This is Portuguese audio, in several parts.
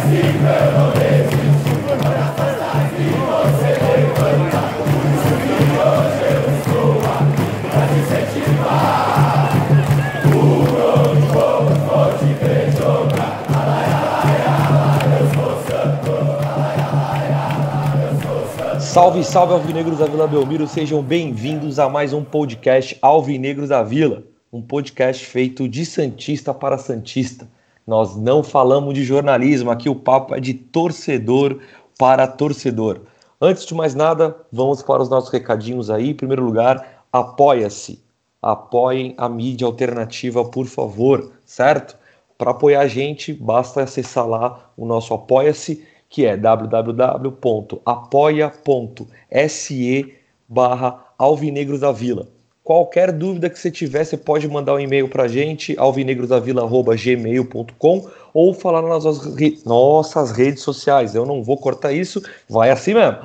Salve, salve, alvinegros da Vila Belmiro, sejam bem-vindos a mais um podcast Alvinegros da Vila, um podcast feito de santista para santista. Nós não falamos de jornalismo, aqui o papo é de torcedor para torcedor. Antes de mais nada, vamos para os nossos recadinhos aí. Em primeiro lugar, apoia-se, apoiem a mídia alternativa, por favor, certo? Para apoiar a gente, basta acessar lá o nosso apoia-se, que é www.apoia.se/Alvinegros da Vila. Qualquer dúvida que você tiver, você pode mandar um e-mail para a gente, alvinegrosdavila@gmail.com, ou falar nas nossas redes sociais. Eu não vou cortar isso, vai assim mesmo.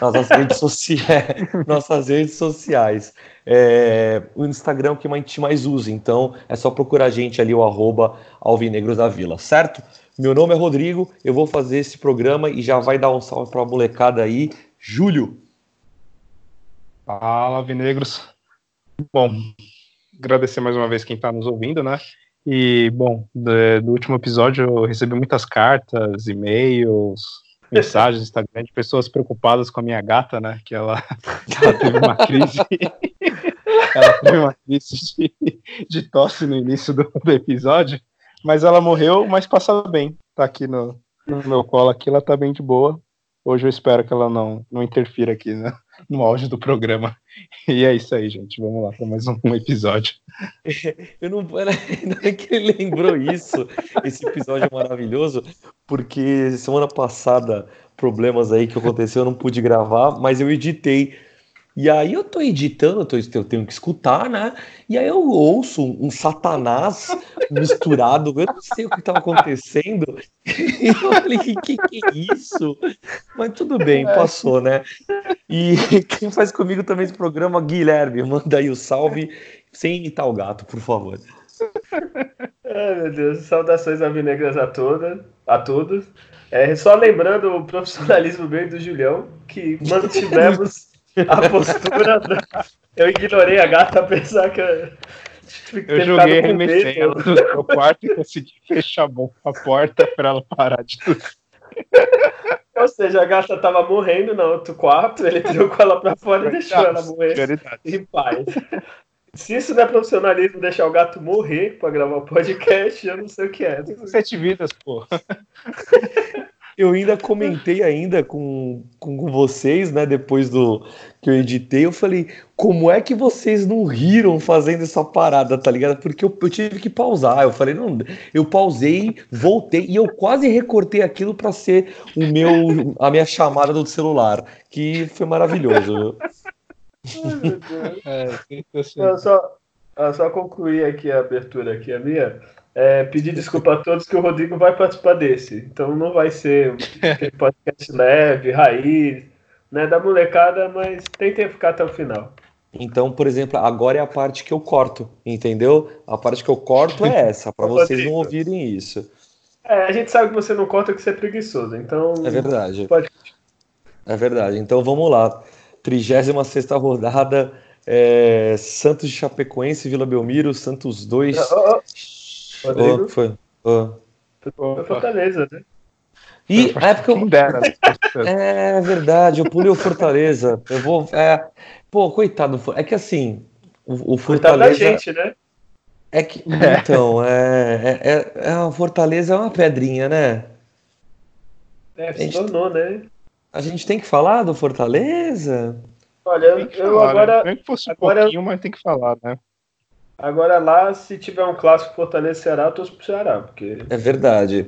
Nossas redes sociais. O Instagram que a gente mais usa, então é só procurar a gente ali, o @alvinegrosdavila, certo? Meu nome é Rodrigo, eu vou fazer esse programa e já vai dar um salve para a molecada aí. Júlio. Fala, Alvinegros. Bom, agradecer mais uma vez quem está nos ouvindo, né? E, bom, do último episódio eu recebi muitas cartas, e-mails, mensagens no Instagram de pessoas preocupadas com a minha gata, né? Que ela teve uma crise. Ela teve uma crise de tosse no início do episódio. Mas ela morreu, mas passa bem. Tá aqui no meu colo aqui, ela tá bem de boa. Hoje eu espero que ela não interfira aqui, né, no auge do programa. E é isso aí, gente. Vamos lá para mais um episódio. Não é que ele lembrou isso. Esse episódio é maravilhoso, porque semana passada, problemas aí que aconteceu, eu não pude gravar, mas eu editei. E aí eu tô editando, eu tenho que escutar, né? E aí eu ouço um Satanás misturado, eu não sei o que estava acontecendo. E eu falei, que é isso? Mas tudo bem, passou, né? E quem faz comigo também esse programa, Guilherme, manda aí o salve, sem imitar o gato, por favor. Ai, meu Deus, saudações alvinegras a todos. Só lembrando o profissionalismo bem do Julião, que mantivemos a postura. Eu ignorei a gata, apesar que eu joguei remexendo ela do meu quarto e consegui fechar a porta para ela parar de tudo. Ou seja, a gata tava morrendo no outro quarto, ele trocou ela para fora e deixou ela morrer em paz. Se isso não é profissionalismo, deixar o gato morrer para gravar o podcast, eu não sei o que é. 7 vidas, pô. Eu ainda comentei com vocês, né, depois do que eu editei, eu falei, como é que vocês não riram fazendo essa parada, tá ligado? Porque eu tive que pausar, eu falei, não, eu pausei, voltei, e eu quase recortei aquilo para ser a minha chamada do celular, que foi maravilhoso. Ai, meu Deus. Só concluir aqui a abertura aqui, a minha. Pedir desculpa a todos que o Rodrigo vai participar desse. Então não vai ser aquele podcast leve, raiz, né, da molecada, mas tentem ficar até o final. Então, por exemplo, agora é a parte que eu corto, entendeu? A parte que eu corto é essa, para vocês não ouvirem isso. A gente sabe que você não corta porque você é preguiçoso, então... É verdade. Pode... É verdade. Então vamos lá. 36ª rodada, Santos de Chapecoense, Vila Belmiro, Santos 2... Rodrigo? Foi Fortaleza, né? E a época é verdade, eu pulei o Fortaleza. Eu vou. Pô, coitado. É que assim, o Fortaleza. Coitado da gente, né? É que. Então, a Fortaleza é uma pedrinha, né? Se tornou, né? A gente tem que falar do Fortaleza? Olha, eu agora. Nem que fosse um pouquinho, mas tem que falar, né? Agora lá, se tiver um clássico Fortaleza-Ceará, eu torço pro Ceará, porque... É verdade.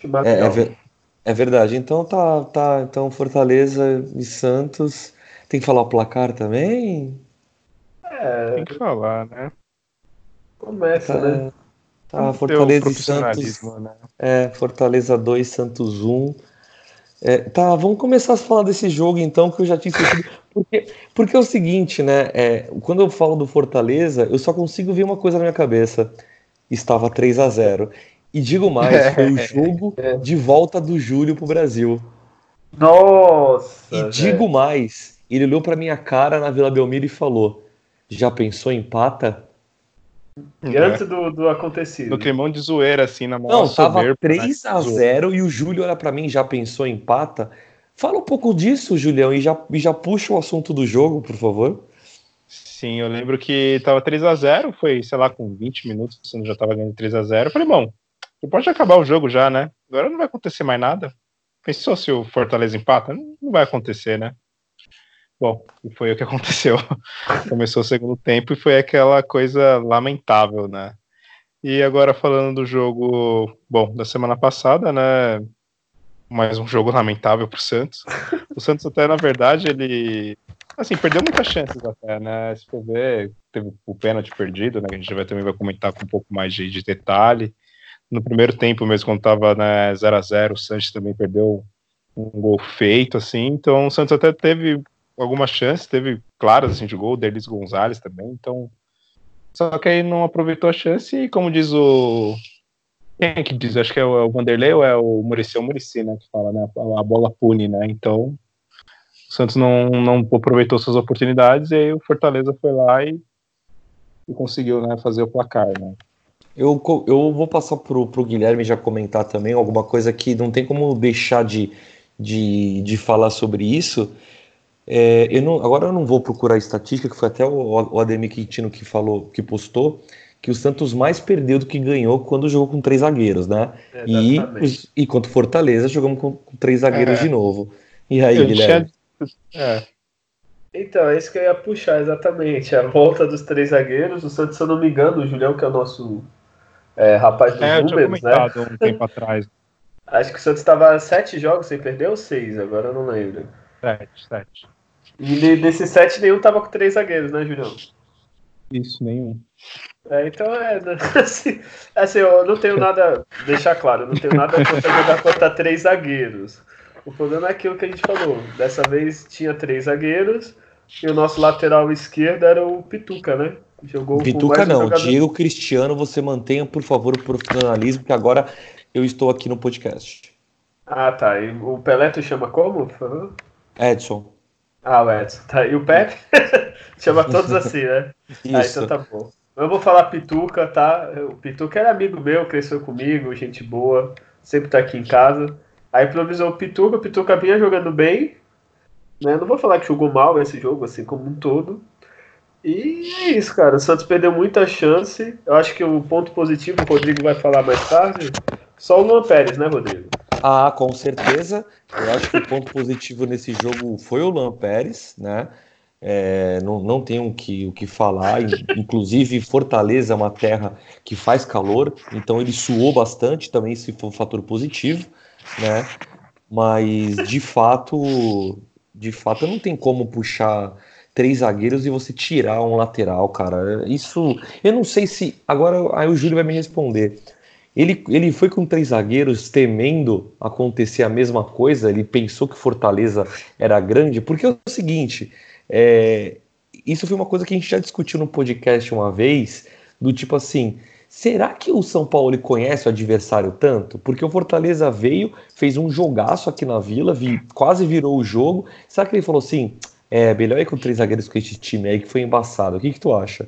É verdade. Então tá. Então Fortaleza e Santos. Tem que falar o placar também? Tem que falar, né? Começa, né? Tá, Fortaleza e Santos. Né? Fortaleza 2, Santos 1. Tá, vamos começar a falar desse jogo então, que eu já tinha esquecido. Porque é o seguinte, né? Quando eu falo do Fortaleza, eu só consigo ver uma coisa na minha cabeça. Estava 3-0. E digo mais, foi o jogo de volta do Júlio pro Brasil. Nossa! E digo mais, ele olhou pra minha cara na Vila Belmiro e falou: já pensou em pata? E antes do acontecido. No climão de zoeira, assim, na maior Não, tava soberba, 3-0 e o Júlio olha pra mim, já pensou em pata? Fala um pouco disso, Julião, e já puxa o assunto do jogo, por favor. Sim, eu lembro que tava 3-0, foi, sei lá, com 20 minutos, você já tava ganhando 3-0. Eu falei, bom, pode acabar o jogo já, né? Agora não vai acontecer mais nada. Pensou se o Fortaleza empata? Não vai acontecer, né? Bom, e foi o que aconteceu. Começou o segundo tempo e foi aquela coisa lamentável, né? E agora falando do jogo, bom, da semana passada, né? Mais um jogo lamentável pro Santos. O Santos até, na verdade, ele assim, perdeu muitas chances até, né? Se for ver, teve o pênalti perdido, né? Que a gente também vai comentar com um pouco mais de detalhe. No primeiro tempo mesmo, quando tava, né, 0-0, o Santos também perdeu um gol feito, assim. Então o Santos até teve algumas chances, teve claras, assim, de gol, Derlis Gonzalez também. Então, só que aí não aproveitou a chance e, como diz o... Quem é que diz? Acho que é o Vanderlei ou é o Muricy? É o Muricy, né, que fala, né? A bola pune, né? Então, o Santos não aproveitou suas oportunidades e aí o Fortaleza foi lá e conseguiu, né, fazer o placar, né? Eu vou passar pro Guilherme já comentar também alguma coisa que não tem como deixar de falar sobre isso. Agora eu não vou procurar a estatística, que foi até o Ademir Quintino que falou, que postou, que o Santos mais perdeu do que ganhou quando jogou com 3 zagueiros, né? E contra o Fortaleza jogamos com 3 zagueiros de novo. E aí, Guilherme? Então, é isso que eu ia puxar, exatamente. A volta dos 3 zagueiros. O Santos, se eu não me engano, o Julião, que é o nosso rapaz dos números, eu tinha comentado um tempo atrás. Acho que o Santos estava 7 jogos sem perder ou 6, agora eu não lembro. 7. E desses 7, nenhum tava com 3 zagueiros, né, Julião? Isso, nenhum. Então assim, eu não tenho nada, deixar claro, eu não tenho nada contra jogar contra 3 zagueiros. O problema é aquilo que a gente falou. Dessa vez tinha 3 zagueiros e o nosso lateral esquerdo era o Pituca, né? Jogou Pituca com mais um não, jogador. Diego Cristiano, você mantenha, por favor, o profissionalismo, que agora eu estou aqui no podcast. Ah, tá. E o Pelé tu chama como? Edson. Ah, o Edson. Tá. E o Pepe? Chama todos assim, né? Ah, então Isso. tá bom. Eu vou falar Pituca, tá? O Pituca era amigo meu, cresceu comigo, gente boa, sempre tá aqui em casa. Aí improvisou o Pituca vinha jogando bem, né? Não vou falar que jogou mal esse jogo, assim, como um todo. E é isso, cara. O Santos perdeu muita chance. Eu acho que o ponto positivo, o Rodrigo vai falar mais tarde, só o Luan Pérez, né, Rodrigo? Ah, com certeza. Eu acho que o ponto positivo nesse jogo foi o Luan Pérez, né? Não tenho o que falar. Inclusive, Fortaleza é uma terra que faz calor, então ele suou bastante também, se for um fator positivo, né? Mas de fato, não tem como puxar 3 zagueiros e você tirar um lateral, cara. Isso, eu não sei se agora aí o Júlio vai me responder. Ele foi com 3 zagueiros temendo acontecer a mesma coisa, ele pensou que Fortaleza era grande, porque é o seguinte, isso foi uma coisa que a gente já discutiu no podcast uma vez, do tipo assim, será que o São Paulo conhece o adversário tanto? Porque o Fortaleza veio, fez um jogaço aqui na Vila, quase virou o jogo, será que ele falou assim, melhor ir com 3 zagueiros com esse time aí que foi embaçado, o que tu acha?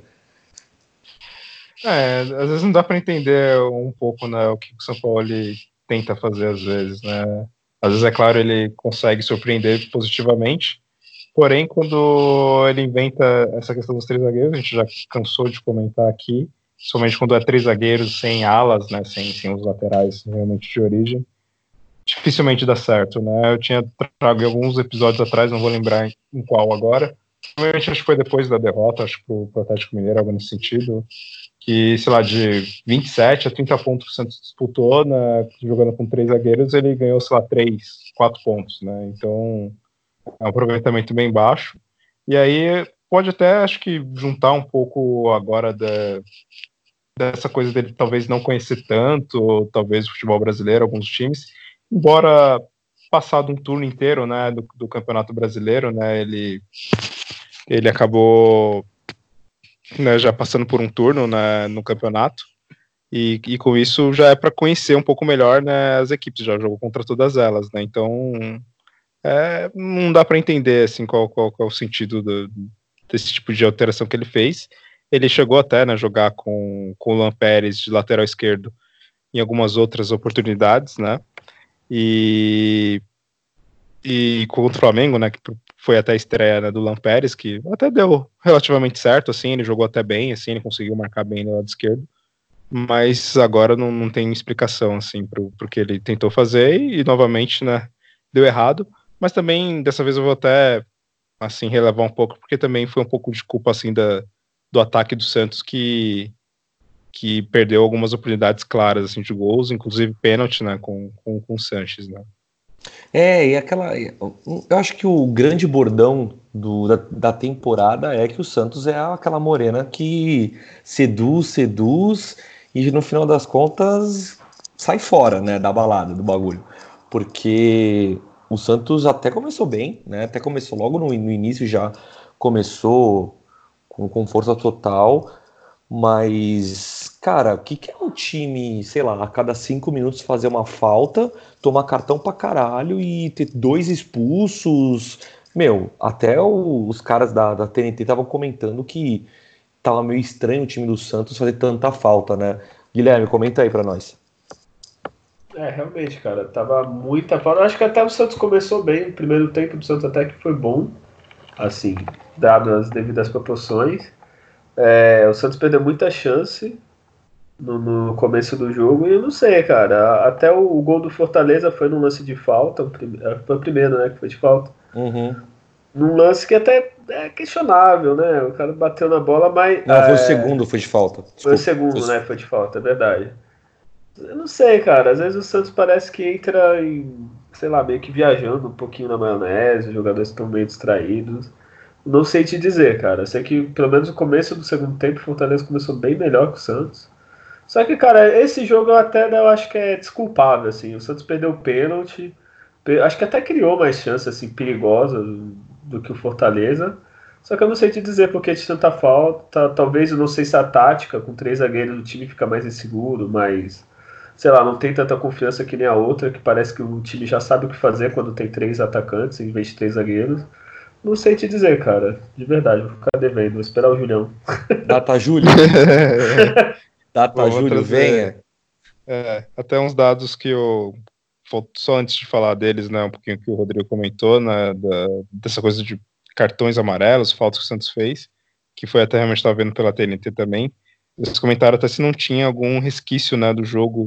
Às vezes não dá para entender um pouco, né, o que o São Paulo tenta fazer às vezes, né? Às vezes, é claro, ele consegue surpreender positivamente, porém, quando ele inventa essa questão dos 3 zagueiros, a gente já cansou de comentar aqui, somente quando é 3 zagueiros sem alas, né, sem os laterais realmente de origem, dificilmente dá certo, né? Eu tinha trago alguns episódios atrás, não vou lembrar em qual agora, provavelmente acho que foi depois da derrota, acho que pro Atlético Mineiro, algo nesse sentido, que, sei lá, de 27 a 30 pontos que o Santos disputou, né, jogando com 3 zagueiros, ele ganhou, sei lá, 3, 4 pontos, né? Então, é um aproveitamento bem baixo. E aí, pode até, acho que, juntar um pouco agora dessa coisa dele talvez não conhecer tanto, ou talvez o futebol brasileiro, alguns times, embora passado um turno inteiro, né, do Campeonato Brasileiro, né, ele acabou, né, já passando por um turno, né, no campeonato, E com isso já é para conhecer um pouco melhor, né, as equipes, já jogou contra todas elas, né? Então não dá para entender assim qual é o sentido desse tipo de alteração que ele fez. Ele chegou até, né, jogar com o Luan Pérez de lateral esquerdo em algumas outras oportunidades, né? E contra o Flamengo, né, que foi até a estreia, né, do Luan Pérez, que até deu relativamente certo, assim, ele jogou até bem, assim, ele conseguiu marcar bem no lado esquerdo, mas agora não tem explicação, assim, pro que ele tentou fazer e novamente, né, deu errado, mas também, dessa vez eu vou até, assim, relevar um pouco, porque também foi um pouco de culpa, assim, do ataque do Santos que perdeu algumas oportunidades claras, assim, de gols, inclusive pênalti, né, com o Sanches, né. E aquela. Eu acho que o grande bordão da temporada é que o Santos é aquela morena que seduz e no final das contas sai fora, né, da balada, do bagulho. Porque o Santos até começou bem, né? Até começou logo no início, já começou com força total. Mas, cara, o que é um time, sei lá, a cada 5 minutos fazer uma falta, tomar cartão pra caralho e ter 2 expulsos? Meu, até os caras da TNT estavam comentando que tava meio estranho o time do Santos fazer tanta falta, né? Guilherme, comenta aí pra nós. Realmente, cara, tava muita falta. Acho que até o Santos começou bem. O primeiro tempo do Santos até que foi bom, assim, dado as devidas proporções. O Santos perdeu muita chance no começo do jogo e eu não sei, cara. Até o gol do Fortaleza foi num lance de falta. Foi o primeiro, né? Que foi de falta. Uhum. Num lance que até é questionável, né? O cara bateu na bola, mas. Não, foi o segundo, foi de falta. Foi o Desculpa. segundo, né? Foi de falta, é verdade. Eu não sei, cara. Às vezes o Santos parece que entra em, sei lá, meio que viajando um pouquinho na maionese, os jogadores estão meio distraídos. Não sei te dizer, cara. Sei que pelo menos no começo do segundo tempo o Fortaleza começou bem melhor que o Santos. Só que, cara, esse jogo eu acho que é desculpável, assim. O Santos perdeu o pênalti. Acho que até criou mais chances, assim, perigosas do que o Fortaleza. Só que eu não sei te dizer porque de tanta falta. Talvez eu não sei se a tática com 3 zagueiros do time fica mais inseguro, mas sei lá, não tem tanta confiança que nem a outra, que parece que o time já sabe o que fazer quando tem 3 atacantes em vez de 3 zagueiros. Não sei te dizer, cara. De verdade, vou ficar devendo. Vou esperar o Julião. Data Júlio? Data Vou Júlio, trazer venha. até uns dados que eu, só antes de falar deles, né, um pouquinho que o Rodrigo comentou, né, dessa coisa de cartões amarelos, faltas que o Santos fez, que foi até realmente estava vendo pela TNT também. Eles comentaram até se não tinha algum resquício, né, do jogo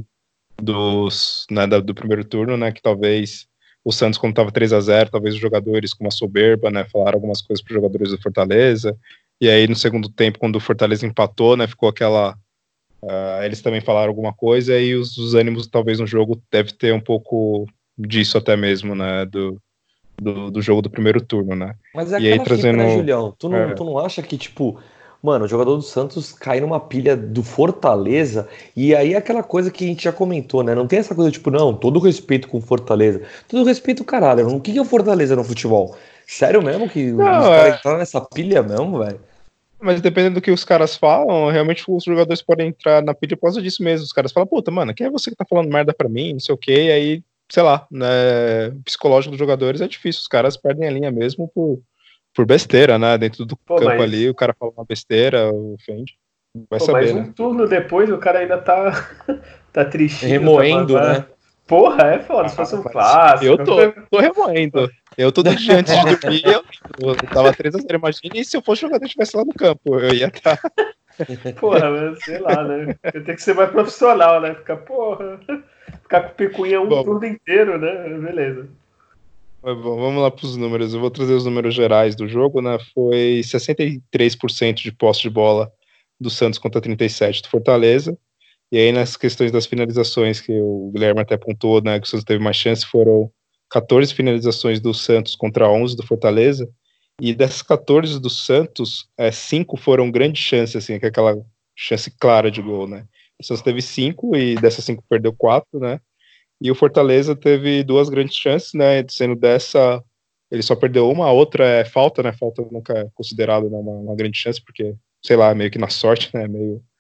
do primeiro turno, né, que talvez o Santos, como estava 3-0, talvez os jogadores com uma soberba, né, falaram algumas coisas para os jogadores do Fortaleza, e aí no segundo tempo, quando o Fortaleza empatou, né, ficou aquela eles também falaram alguma coisa e os ânimos talvez no jogo deve ter um pouco disso até mesmo, né, do jogo do primeiro turno, né. Mas é E aí aquela fita, né, trazendo Julião? Tu não acha que, tipo, mano, o jogador do Santos cai numa pilha do Fortaleza e aí é aquela coisa que a gente já comentou, né? Não tem essa coisa, tipo, não, todo respeito com o Fortaleza. Todo respeito, caralho. O que é o Fortaleza no futebol? Sério mesmo que os não, caras entraram nessa pilha mesmo, velho? mas dependendo do que os caras falam, realmente os jogadores podem entrar na pilha por causa disso mesmo. Os caras falam, puta, mano, quem é você que tá falando merda pra mim, não sei o quê, e aí, sei lá, né, o psicológico dos jogadores é difícil, os caras perdem a linha mesmo por besteira, né, dentro do Pô, campo mas. ali, o cara fala uma besteira, ofende, vai Pô, mas saber, né. um turno depois o cara ainda tá. Tá tristinho, tá Remoendo, né? Porra, é foda. Se Ah, fosse um mas clássico. eu tô remoendo. Eu todo dia antes de dormir, eu tava 3-0. Imagina e se eu fosse jogador e estivesse lá no campo, eu ia estar. Porra, mas sei lá, né? Tem que ser mais profissional, né? Ficar com picuinha um Bom, turno inteiro, né? Beleza. mas bom, vamos lá para os números. Eu vou trazer os números gerais do jogo, né? Foi 63% de posse de bola do Santos contra 37% do Fortaleza. E aí, nas questões das finalizações, que o Guilherme até apontou, né, que o Santos teve mais chance, foram 14 finalizações do Santos contra 11 do Fortaleza. E dessas 14 do Santos, 5 foram grande chance, assim, que é aquela chance clara de gol, né? O Santos teve 5 e dessas 5 perdeu 4, né? E o Fortaleza teve 2 grandes chances, né? Sendo dessa, ele só perdeu uma, a outra é falta, né? Falta nunca é considerada, né, uma grande chance, porque, sei lá, meio que na sorte, né? Meio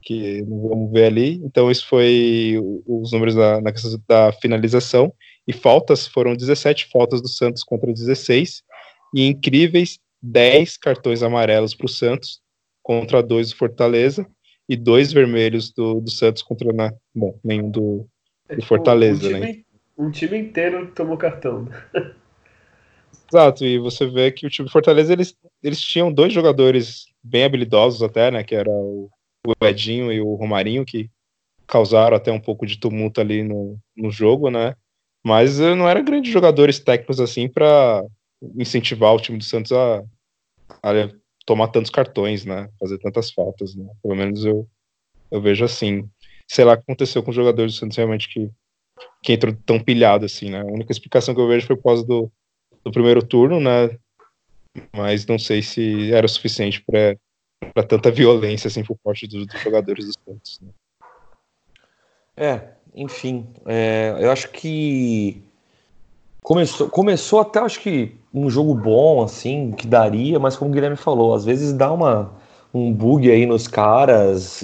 que não vamos ver ali. Então, isso foi os números na questão da finalização. E faltas, foram 17 faltas do Santos contra 16. E incríveis 10 cartões amarelos para o Santos contra 2 do Fortaleza. E 2 vermelhos do Santos contra, nenhum do Fortaleza, né? Um time inteiro tomou cartão. Exato, e você vê que o time do Fortaleza, eles tinham 2 jogadores bem habilidosos até, né, que era o Edinho e o Romarinho, que causaram até um pouco de tumulto ali no jogo, né, mas não eram grandes jogadores técnicos assim para incentivar o time do Santos a tomar tantos cartões, né, fazer tantas faltas, né, pelo menos eu vejo assim. Sei lá o que aconteceu com os jogadores do Santos realmente que entrou tão pilhado assim, né, a única explicação que eu vejo foi por causa do primeiro turno, né, mas não sei se era o suficiente para tanta violência assim por parte dos jogadores do Santos, né? Enfim, eu acho que começou até, acho que um jogo bom, assim, que daria, mas como o Guilherme falou, às vezes dá um bug aí nos caras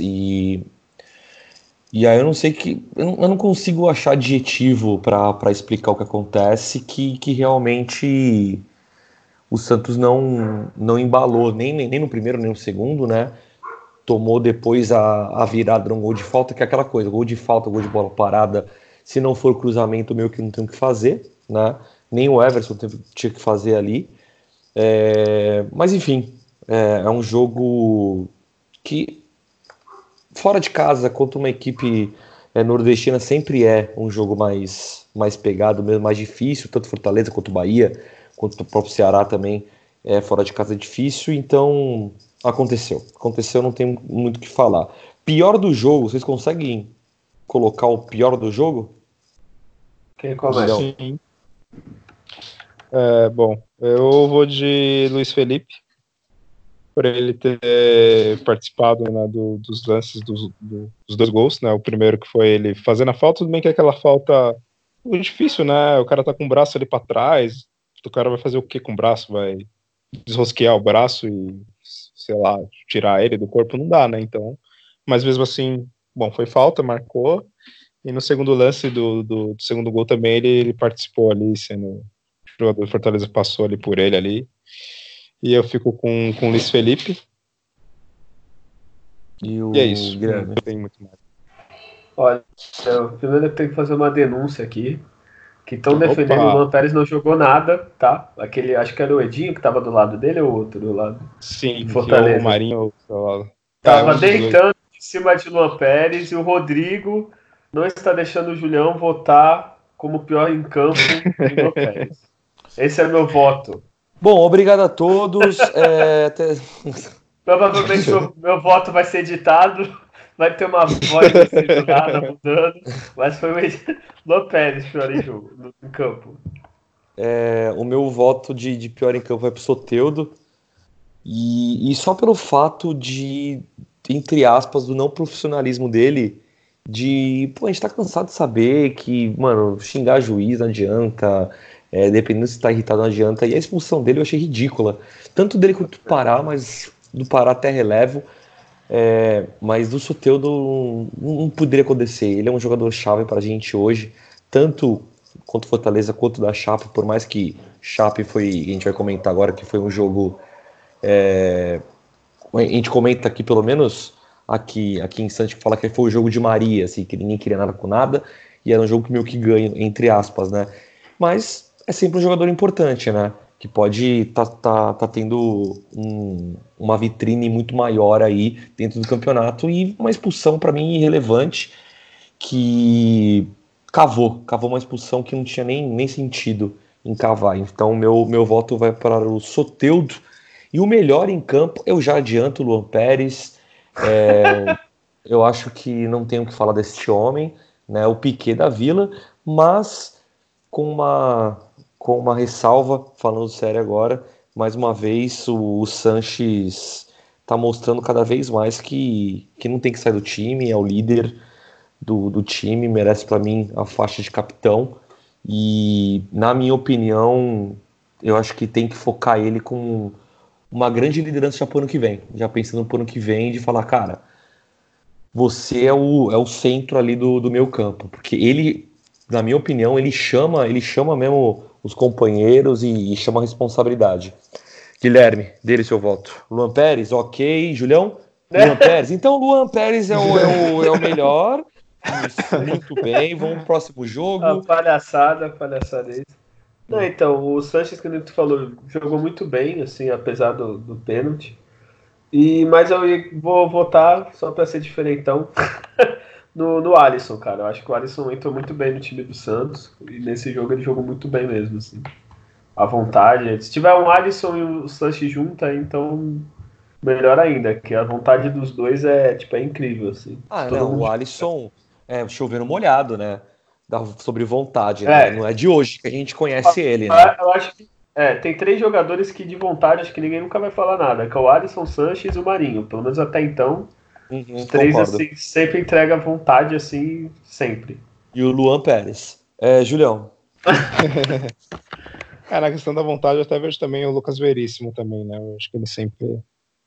e aí eu não sei eu não consigo achar adjetivo para explicar o que acontece que realmente o Santos não embalou nem no primeiro nem no segundo, né? Tomou depois a virada num gol de falta, que é aquela coisa, gol de falta, gol de bola parada, se não for cruzamento, meio que não tem o que fazer, né? Nem o Everson tinha que fazer ali. Mas enfim, é um jogo que, fora de casa, contra uma equipe nordestina, sempre é um jogo mais pegado, mesmo mais difícil, tanto Fortaleza quanto Bahia, quanto o próprio Ceará também, fora de casa é difícil, então aconteceu, não tem muito o que falar. Pior do jogo, vocês conseguem colocar o pior do jogo? Quem começa? Sim. Bom, eu vou de Luiz Felipe, por ele ter participado, né, dos lances dos 2 gols, né, o primeiro que foi ele fazendo a falta, tudo bem que é aquela falta muito difícil, né, o cara tá com o braço ali para trás, o cara vai fazer o que com o braço? Vai desrosquear o braço e, sei lá, tirar ele do corpo? Não dá, né, então, mas mesmo assim, bom, foi falta, marcou, e no segundo lance do segundo gol também ele participou ali, sendo o jogador do Fortaleza passou ali por ele ali. E eu fico com o Luiz Felipe. E é isso. Guilherme? Não tem muito mais. Olha, primeiro eu tenho que fazer uma denúncia aqui. Que estão defendendo o Luan Pérez não jogou nada, tá? Aquele, acho que era o Edinho que tava do lado dele ou outro do lado? Sim, Fortaleza. o Marinho. Tava deitando em cima de Luan Pérez e o Rodrigo não está deixando o Julião votar como pior em campo de Luan Pérez. Esse é meu voto. Bom, obrigado a todos. Provavelmente meu voto vai ser editado, vai ter uma voz assim do nada mudando, mas foi o Luan Pérez pior em jogo, em campo. O meu voto de pior em campo vai pro Soteldo. E só pelo fato de, entre aspas, do não profissionalismo dele, a gente tá cansado de saber que, mano, xingar juiz não adianta, dependendo se tá irritado não adianta, e a expulsão dele eu achei ridícula, tanto dele quanto do Pará, mas do Pará até relevo, mas do Soteldo não poderia acontecer, ele é um jogador chave pra gente hoje, tanto quanto Fortaleza quanto da Chape, por mais que Chape a gente vai comentar agora que foi um jogo a gente comenta aqui, pelo menos aqui em Santos, que fala que foi o jogo de Maria, assim, que ninguém queria nada com nada, e era um jogo que meio que ganha, entre aspas, né? Mas é sempre um jogador importante, né? Que pode tá tendo uma vitrine muito maior aí dentro do campeonato, e uma expulsão para mim irrelevante, que cavou uma expulsão que não tinha nem sentido em cavar. Então meu voto vai para o Soteldo. E o melhor em campo, eu já adianto, o Luan Pérez. Eu acho que não tenho o que falar deste homem, né? O Piquet da Vila, mas com uma ressalva, falando sério agora, mais uma vez o Sanches está mostrando cada vez mais que não tem que sair do time, é o líder do time, merece para mim a faixa de capitão. E, na minha opinião, eu acho que tem que focar ele com uma grande liderança já pro ano que vem. Já pensando pro ano que vem, de falar, cara, você é o centro ali do meio campo, porque ele, na minha opinião, ele chama mesmo os companheiros e chama a responsabilidade. Guilherme, dele seu voto. Luan Pérez, ok. Julião? Luan Pérez. Então, Luan Pérez é o melhor. Isso, muito bem. Vamos pro próximo jogo. Palhaçada isso. Não, então, o Sanches, que tu falou, jogou muito bem, assim, apesar do pênalti. Mas eu vou votar, só para ser diferentão, no Alisson, cara. Eu acho que o Alisson entrou muito bem no time do Santos. E nesse jogo ele jogou muito bem mesmo, assim. À vontade. Se tiver um Alisson e o Sanches junto, então melhor ainda, que a vontade dos dois é incrível, assim. O Alisson chovendo molhado, né? Sobre vontade, né? Não é de hoje que a gente conhece ele, né? Eu acho que tem 3 jogadores que de vontade acho que ninguém nunca vai falar nada, que é o Alisson, Sanches e o Marinho. Pelo menos até então, os 3 concordo. assim, sempre entrega vontade, assim, sempre. E o Luan Pérez. Julião. Na questão da vontade, eu até vejo também o Lucas Veríssimo também, né? Eu acho que ele sempre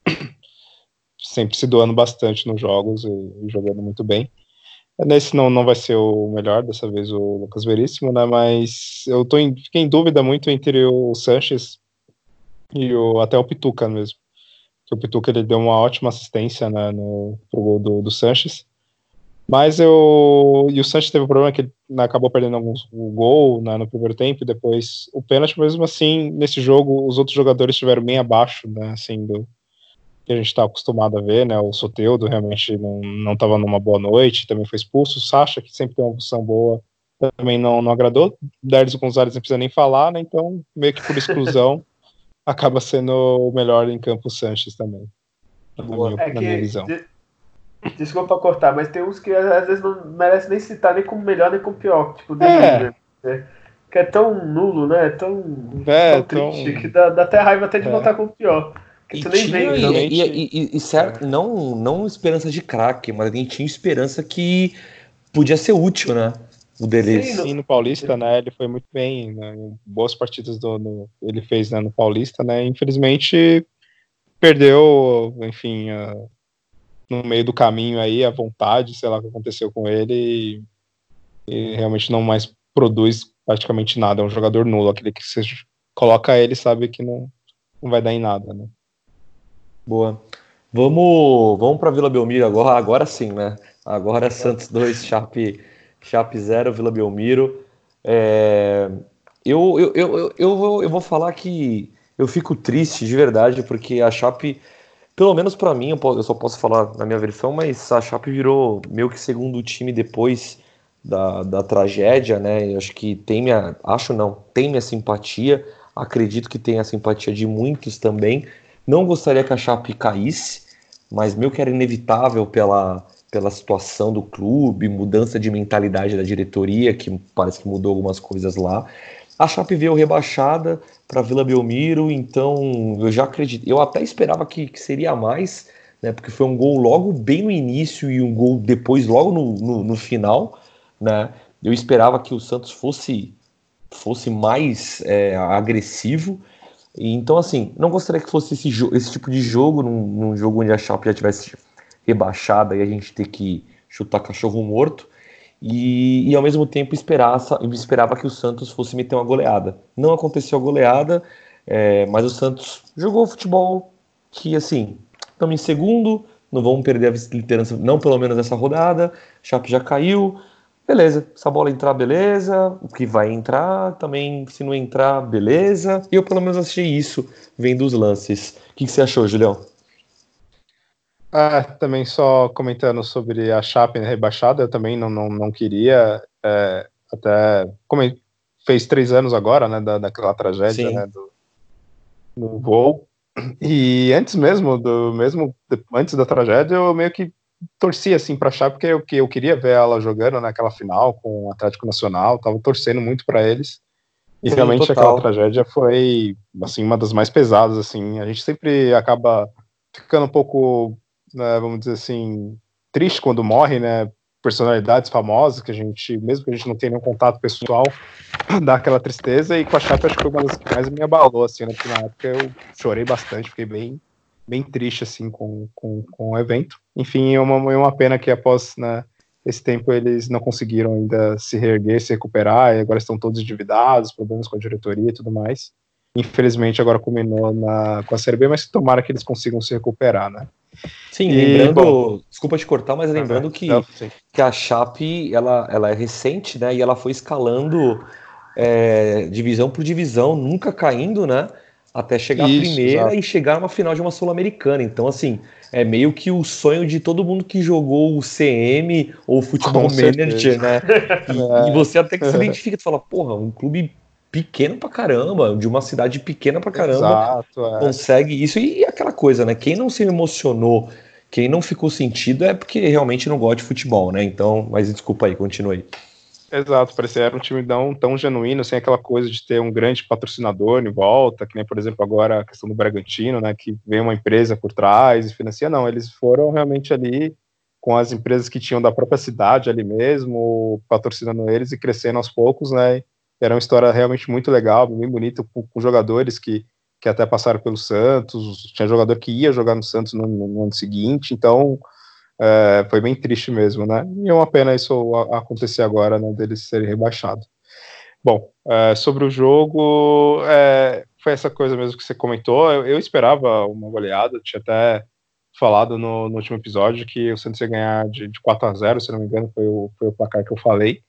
se doando bastante nos jogos e jogando muito bem. Nesse não vai ser o melhor, dessa vez o Lucas Veríssimo, né? Mas eu fiquei em dúvida muito entre o Sanches e até o Pituca mesmo. Que o Pituca ele deu uma ótima assistência, né, pro gol do Sanches. Mas e o Sanches teve um problema que ele acabou perdendo o gol, né, no primeiro tempo, e depois o pênalti. Mesmo assim, nesse jogo, os outros jogadores estiveram bem abaixo, né, assim, do que a gente está acostumado a ver, né? O Soteldo realmente não estava numa boa noite, também foi expulso. O Sacha, que sempre tem uma função boa, também não agradou. Derlis Gonzalez não precisa nem falar, né? Então, meio que por exclusão, acaba sendo o melhor em campo o Sanches também, na minha visão. Desculpa cortar, mas tem uns que às vezes não merece nem citar nem como melhor nem como pior, tipo o Derlis, né? Que é tão nulo, né? Tão triste, que dá até raiva até de botar como pior. E tu nem vem, certo, não esperança de craque, mas a gente tinha esperança que podia ser útil, né? O Derlis. Sim, no Paulista, né? Ele foi muito bem, né, em boas partidas ele fez, né, no Paulista, né? Infelizmente perdeu, enfim, no meio do caminho aí a vontade, sei lá o que aconteceu com ele, e realmente não mais produz praticamente nada. É um jogador nulo, aquele que você coloca ele sabe que não vai dar em nada, né? Boa. Vamos para Vila Belmiro agora sim, né? Agora Santos 2, Chape 0, Vila Belmiro. Eu vou falar que eu fico triste de verdade, porque a Chape, pelo menos para mim, eu só posso falar na minha versão, mas a Chape virou meio que segundo time depois da tragédia, né? Eu acho que tem minha simpatia, acredito que tem a simpatia de muitos também. Não gostaria que a Chape caísse, mas meio que era inevitável pela situação do clube, mudança de mentalidade da diretoria, que parece que mudou algumas coisas lá. A Chape veio rebaixada para Vila Belmiro, então eu já acredito. Eu até esperava que seria mais, né? Porque foi um gol logo bem no início e um gol depois, logo no final, né? Eu esperava que o Santos fosse mais agressivo. Então, assim, não gostaria que fosse esse tipo de jogo, num jogo onde a Chape já tivesse rebaixada e a gente ter que chutar cachorro morto. E ao mesmo tempo esperava que o Santos fosse meter uma goleada. Não aconteceu a goleada, mas o Santos jogou futebol que, assim, estamos em segundo, não vamos perder a liderança, não pelo menos nessa rodada. A Chape já caiu. Beleza, se a bola entrar, beleza. O que vai entrar, também, se não entrar, beleza. E eu pelo menos achei isso vendo os lances. O que você achou, Julião? Também só comentando sobre a Chape rebaixada, eu também não queria, até como fez 3 anos agora, né, daquela tragédia, né, do voo. E antes antes da tragédia, eu meio que torcia assim para a Chape, porque eu queria ver ela jogando naquela final com o Atlético Nacional, tava torcendo muito para eles. E realmente total. Aquela tragédia foi assim uma das mais pesadas, assim. A gente sempre acaba ficando um pouco, né, vamos dizer assim, triste quando morre, né, personalidades famosas que a gente, mesmo que a gente não tenha nenhum contato pessoal, dá aquela tristeza. E com a Chape acho que foi uma das que mais me abalou, assim, né, porque na época eu chorei bastante, fiquei bem bem triste assim com o evento. Enfim, é uma pena que após, né, esse tempo eles não conseguiram ainda se reerguer, se recuperar, e agora estão todos endividados, problemas com a diretoria e tudo mais. Infelizmente agora culminou com a Série B, mas tomara que eles consigam se recuperar, né? Sim, E, bom, lembrando, desculpa te cortar, mas lembrando que a Chape ela é recente, né? E ela foi escalando divisão por divisão, nunca caindo, né? Até chegar à isso, primeira exato. e chegar numa final de uma Sul-Americana. Então, assim, é meio que o sonho de todo mundo que jogou o CM ou o Futebol Manager, né? E você até que se identifica, tu fala, porra, um clube pequeno pra caramba, de uma cidade pequena pra caramba, Exato, consegue isso. E aquela coisa, né? Quem não se emocionou, quem não ficou sentido é porque realmente não gosta de futebol, né? Então, mas desculpa aí, continue. Exato, parecia era um time tão genuíno, sem aquela coisa de ter um grande patrocinador em volta, que nem, por exemplo, agora a questão do Bragantino, né, que vem uma empresa por trás e financia, não, eles foram realmente ali com as empresas que tinham da própria cidade ali mesmo, patrocinando eles e crescendo aos poucos, né, era uma história realmente muito legal, bem bonita, com jogadores que até passaram pelo Santos, tinha jogador que ia jogar no Santos no ano seguinte, então foi bem triste mesmo, né? E é uma pena isso acontecer agora, né? Deles serem rebaixados. Bom, sobre o jogo, foi essa coisa mesmo que você comentou. Eu esperava uma goleada, tinha até falado no último episódio que o Santos ia ganhar de 4-0, se não me engano, foi o placar que eu falei.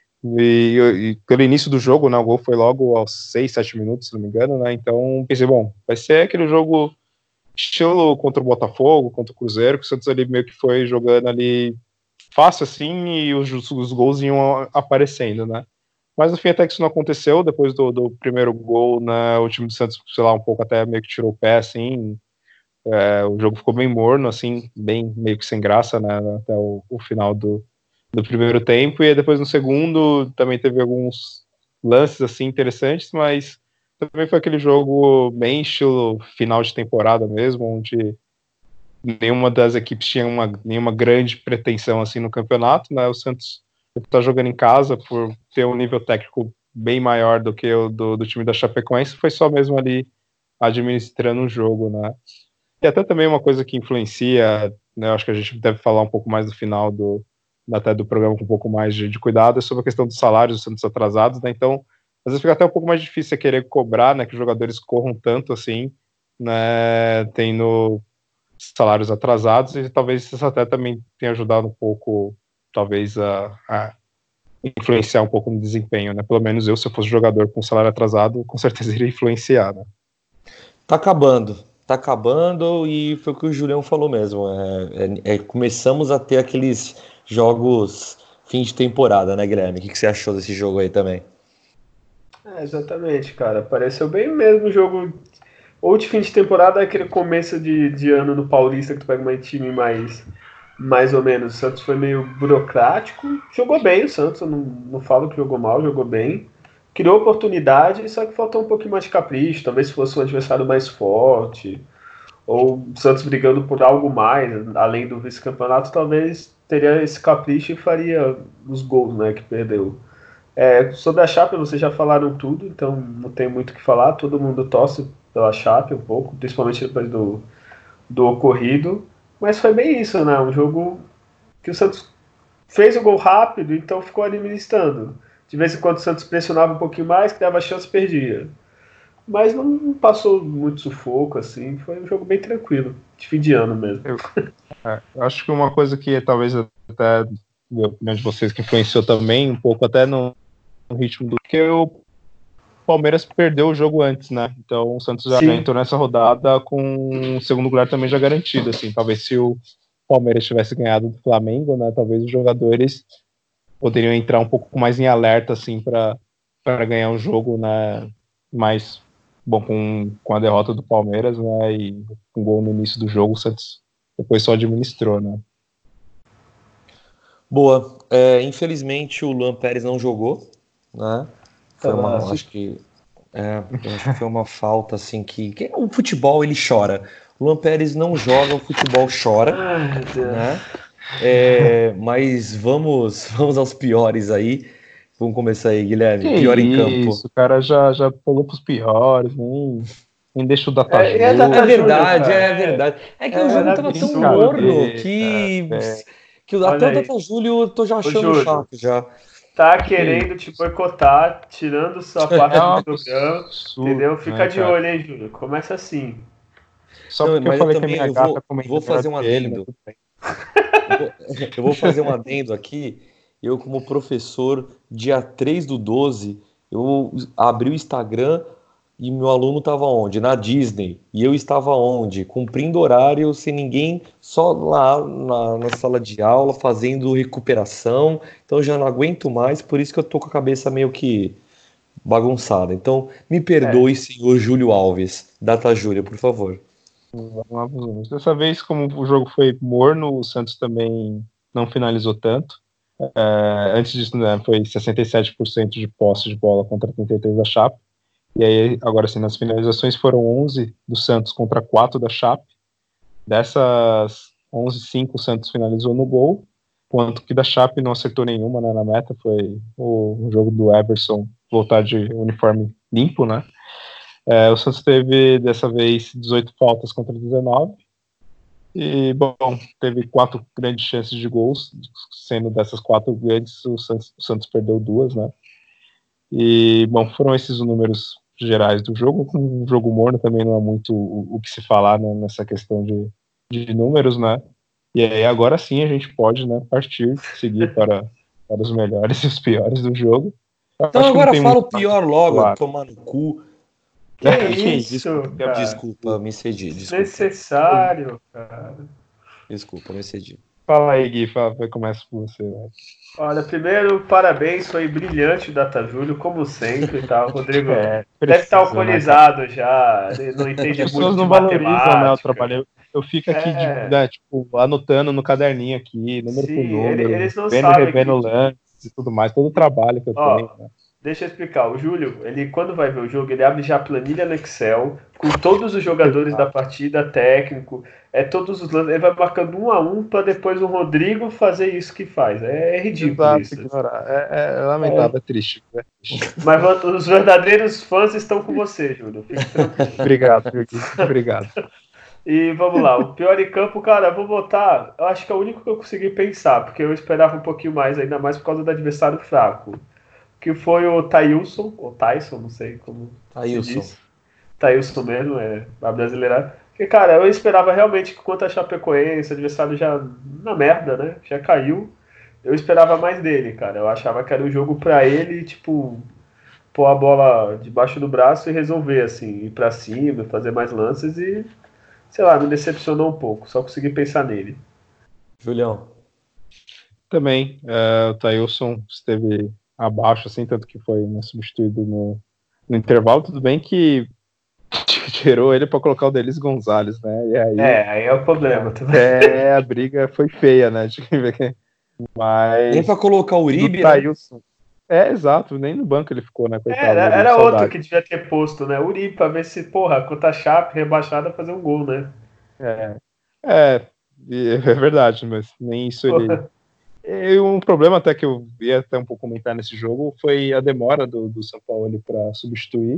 E pelo início do jogo, né, o gol foi logo aos 6, 7 minutos, se não me engano, né? Então pensei, bom, vai ser aquele jogo estilo contra o Botafogo, contra o Cruzeiro, que o Santos ali meio que foi jogando ali fácil assim e os gols iam aparecendo, né? Mas no fim até que isso não aconteceu, depois do primeiro gol, né, o time do Santos, sei lá, um pouco até meio que tirou o pé, assim, o jogo ficou bem morno, assim, bem meio que sem graça, né, até o final do primeiro tempo, e depois no segundo também teve alguns lances, assim, interessantes, mas também foi aquele jogo bem estilo final de temporada mesmo, onde nenhuma das equipes tinha nenhuma grande pretensão assim no campeonato, né? O Santos está jogando em casa por ter um nível técnico bem maior do que o do time da Chapecoense, foi só mesmo ali administrando o jogo, né? E até também uma coisa que influencia, né? Acho que a gente deve falar um pouco mais no final até do programa com um pouco mais de cuidado, é sobre a questão dos salários dos Santos atrasados, né? Então, às vezes fica até um pouco mais difícil você querer cobrar, né? Que os jogadores corram tanto assim, né? Tendo salários atrasados, e talvez isso até também tenha ajudado um pouco, talvez, a influenciar um pouco no desempenho, né? Pelo menos eu, se eu fosse jogador com salário atrasado, com certeza iria influenciar, né? Tá acabando e foi o que o Julião falou mesmo. Começamos a ter aqueles jogos fim de temporada, né, Guilherme? O que você achou desse jogo aí também? Exatamente, cara. Pareceu bem mesmo o jogo. Ou de fim de temporada, aquele começo de ano no Paulista, que tu pega um time mais ou menos. O Santos foi meio burocrático. Jogou bem o Santos, eu não falo que jogou mal, jogou bem. Criou oportunidade, só que faltou um pouquinho mais de capricho. Talvez se fosse um adversário mais forte, ou o Santos brigando por algo mais, além do vice-campeonato, talvez teria esse capricho e faria os gols, né, que perdeu. Sobre a Chape, vocês já falaram tudo, então não tem muito o que falar. Todo mundo torce pela Chape um pouco, principalmente depois do ocorrido. Mas foi bem isso, né? Um jogo que o Santos fez o gol rápido, então ficou administrando. De vez em quando o Santos pressionava um pouquinho mais, que dava chance, perdia. Mas não passou muito sufoco, assim. Foi um jogo bem tranquilo, de fim de ano mesmo. Eu acho que uma coisa que talvez até, na opinião de vocês, que influenciou também um pouco até no ritmo do que o Palmeiras perdeu o jogo antes, né? Então o Santos já entrou nessa rodada com o segundo lugar também já garantido, assim. Talvez se o Palmeiras tivesse ganhado do Flamengo, né? Talvez os jogadores poderiam entrar um pouco mais em alerta, assim, para ganhar um jogo, né? Mais bom com a derrota do Palmeiras, né? E com um gol no início do jogo, o Santos depois só administrou, né? Boa. Infelizmente o Luan Pérez não jogou, né? Acho que foi uma falta assim que o futebol ele chora. O Luan Pérez não joga, o futebol chora, né? Mas vamos aos piores aí. Vamos começar aí, Guilherme. Que Pior em campo. isso, o cara já pulou pros piores, nem. Nem deixa o Data É verdade, é verdade. É que o jogo tava tão morno que até o Data Júlio eu tô já achando chato já. Tá querendo te boicotar, tirando sua parte do programa, entendeu? Fica de olho, hein, Júlio? Começa assim. Só porque eu falei que a minha gata vou fazer um adendo. Eu vou fazer um adendo aqui. Eu, como professor, dia 3/12, eu abri o Instagram e meu aluno estava onde? Na Disney. E eu estava onde? Cumprindo horário, sem ninguém, só lá na sala de aula, fazendo recuperação. Então eu já não aguento mais, por isso que eu tô com a cabeça meio que bagunçada. Então me perdoe, senhor Júlio Alves. Data Júlia, por favor. Dessa vez, como o jogo foi morno, o Santos também não finalizou tanto. Antes disso, né, foi 67% de posse de bola contra 33% da Chape. E aí, agora sim, nas finalizações foram 11 do Santos contra 4 da Chape. Dessas 11, 5 o Santos finalizou no gol, quanto que da Chape não acertou nenhuma, né, na meta. Foi o jogo do Everson voltar de uniforme limpo, né? O Santos teve, dessa vez, 18 faltas contra 19. E, bom, teve 4 grandes chances de gols, sendo dessas 4 grandes, o Santos perdeu 2, né? E, bom, foram esses os números gerais do jogo. Um jogo morno também não é muito o que se falar, né, nessa questão de números, né? E aí agora sim a gente pode, né, seguir para os melhores e os piores do jogo. Então agora fala o pior logo, tomar no cu. Que isso, desculpa, me cedi. Desnecessário, cara. Desculpa, me cedi. Fala aí, Gui, começa com você. Né? Olha, primeiro, parabéns, foi brilhante o Data Júlio, como sempre, tá? O Rodrigo deve estar alcoolizado, né, já, não entende muito de matemática. As pessoas não valorizam, né, o trabalho. Eu fico aqui, anotando no caderninho aqui, número por número, eles não sabem revendo lances e tudo mais, todo o trabalho que eu tenho. Né? Deixa eu explicar. O Júlio, ele quando vai ver o jogo, ele abre já a planilha no Excel, com todos os jogadores da partida, técnico, todos os lances, ele vai marcando 1 a 1 para depois o Rodrigo fazer isso que faz. É ridículo isso. É lamentável, é triste. Mas os verdadeiros fãs estão com você, Júlio. Fique tranquilo. Obrigado. E vamos lá, o pior em campo, cara, eu vou botar, eu acho que é o único que eu consegui pensar, porque eu esperava um pouquinho mais, ainda mais por causa do adversário fraco. Que foi o Thailson, ou Tyson, não sei como se diz. Thailson mesmo, a brasileira. Porque, cara, eu esperava realmente que quanto a Chapecoense, o adversário já na merda, né? Já caiu. Eu esperava mais dele, cara. Eu achava que era um jogo pra ele, tipo, pôr a bola debaixo do braço e resolver, assim, ir pra cima, fazer mais lances e, sei lá, me decepcionou um pouco. Só consegui pensar nele. Julião. Também, o Thailson esteve abaixo, assim, tanto que foi substituído no intervalo. Tudo bem que tirou ele para colocar o Delis Gonzalez, né? E aí, aí é o problema também. A briga foi feia, né? Mas nem para colocar o Uribe, né? Exato, nem no banco ele ficou, né? Coitado, era outro que devia ter posto, né? Uribe, pra ver se, porra, contra a Chape rebaixada, fazer um gol, né? É verdade, mas nem isso ele... E um problema até que eu ia até um pouco comentar nesse jogo foi a demora do São Paulo para substituir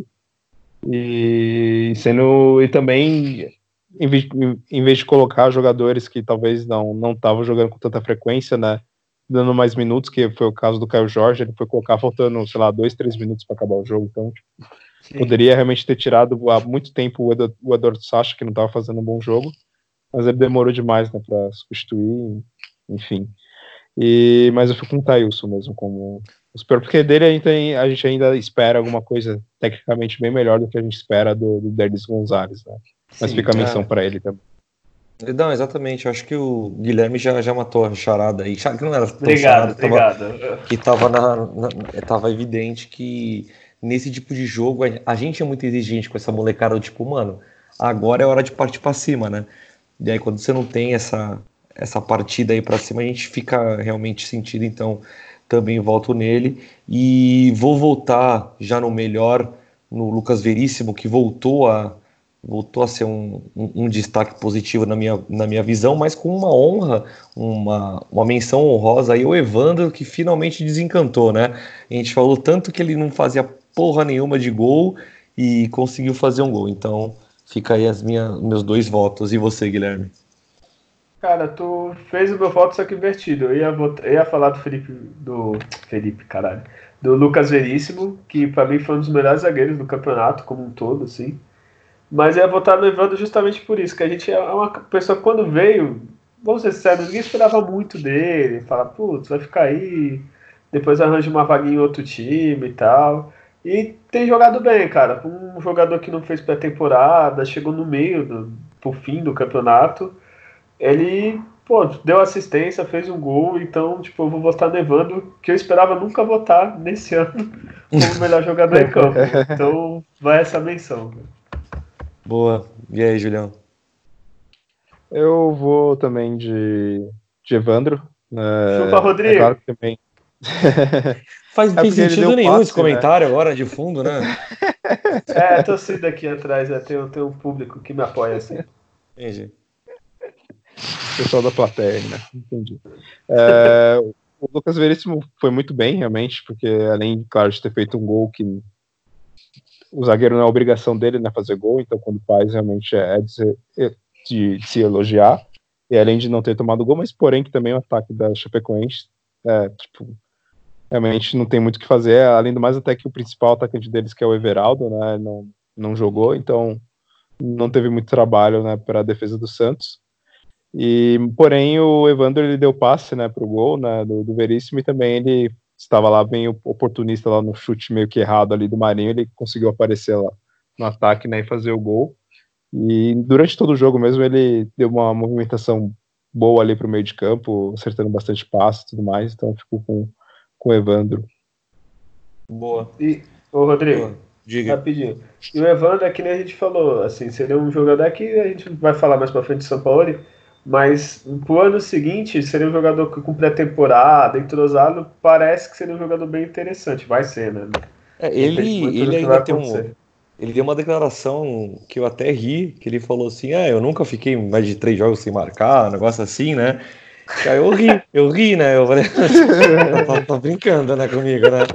e também em vez de colocar jogadores que talvez não estavam jogando com tanta frequência, né, dando mais minutos, que foi o caso do Caio Jorge, ele foi colocar faltando, sei lá, 2, 3 minutos para acabar o jogo, então poderia realmente ter tirado há muito tempo o Eduardo Sacha, que não estava fazendo um bom jogo, mas ele demorou demais, né, para substituir, enfim. Mas eu fico com o Thailson mesmo como o superior, porque dele a gente ainda espera alguma coisa tecnicamente bem melhor do que a gente espera do Delis Gonzalez, né? Mas fica a menção para ele também. Não, exatamente, eu acho que o Guilherme já matou a charada aí, que não era tão obrigado. Que tava evidente que nesse tipo de jogo a gente é muito exigente com essa molecada do tipo, mano, agora é hora de partir para cima, né? E aí quando você não tem essa partida aí para cima, a gente fica realmente sentido, então também volto nele. E vou voltar já no melhor, no Lucas Veríssimo, que voltou a ser um destaque positivo na minha visão, mas com uma honra, uma menção honrosa aí ao Evandro, que finalmente desencantou, né? A gente falou tanto que ele não fazia porra nenhuma de gol e conseguiu fazer um gol, então Fica aí meus 2 votos. E você, Guilherme? Cara, tu fez o meu voto, só que invertido. Eu ia falar do Lucas Veríssimo, que pra mim foi um dos melhores zagueiros do campeonato como um todo, assim. Mas eu ia votar no Evandro justamente por isso, que a gente é uma pessoa que quando veio, vamos ser sinceros, ninguém esperava muito dele. Fala, putz, vai ficar aí, depois arranja uma vaguinha em outro time e tal. E tem jogado bem, cara. Um jogador que não fez pré-temporada, chegou no meio, pro fim do campeonato. Ele, pô, deu assistência, fez um gol, então, tipo, eu vou votar no Evandro, que eu esperava nunca votar nesse ano como o melhor jogador em campo. Então, vai essa menção. Boa. E aí, Julião? Eu vou também de Evandro. Chupa, Rodrigo. É claro que também. Faz É porque ele sentido deu nenhum passe, esse comentário agora de fundo, né? É, a torcida aqui atrás, tem um público que me apoia assim. Entendi. Pessoal da plateia, né? Entendi. O Lucas Veríssimo foi muito bem, realmente, porque além, claro, de ter feito um gol que o zagueiro não é obrigação dele, né, fazer gol, então quando faz, realmente de se elogiar. E além de não ter tomado gol, mas porém que também o ataque da Chapecoense, tipo, realmente não tem muito o que fazer, além do mais até que o principal atacante deles, que é o Everaldo, né, não jogou, então não teve muito trabalho, né, para a defesa do Santos. E porém o Evandro, ele deu passe, né, pro gol, né, do Veríssimo, e também ele estava lá bem oportunista lá no chute meio que errado ali do Marinho, ele conseguiu aparecer lá no ataque, né, e fazer o gol. E durante todo o jogo mesmo ele deu uma movimentação boa ali pro meio de campo, acertando bastante passe e tudo mais, então ficou com o Evandro. Boa. E, ô Rodrigo, Boa. Diga. rapidinho. E o Evandro, é que nem a gente falou, assim, seria um jogador que a gente vai falar mais pra frente de São Paulo, mas pro ano seguinte seria um jogador que com pré-temporada, entrosado, parece que seria um jogador bem interessante. Vai ser, né? Depende muito Ele do que vai ainda tem acontecer. ele deu uma declaração que eu até ri, que ele falou assim, eu nunca fiquei mais de 3 jogos sem marcar, um negócio assim, né? Aí eu ri, né? Eu falei, tá brincando, né, comigo, né?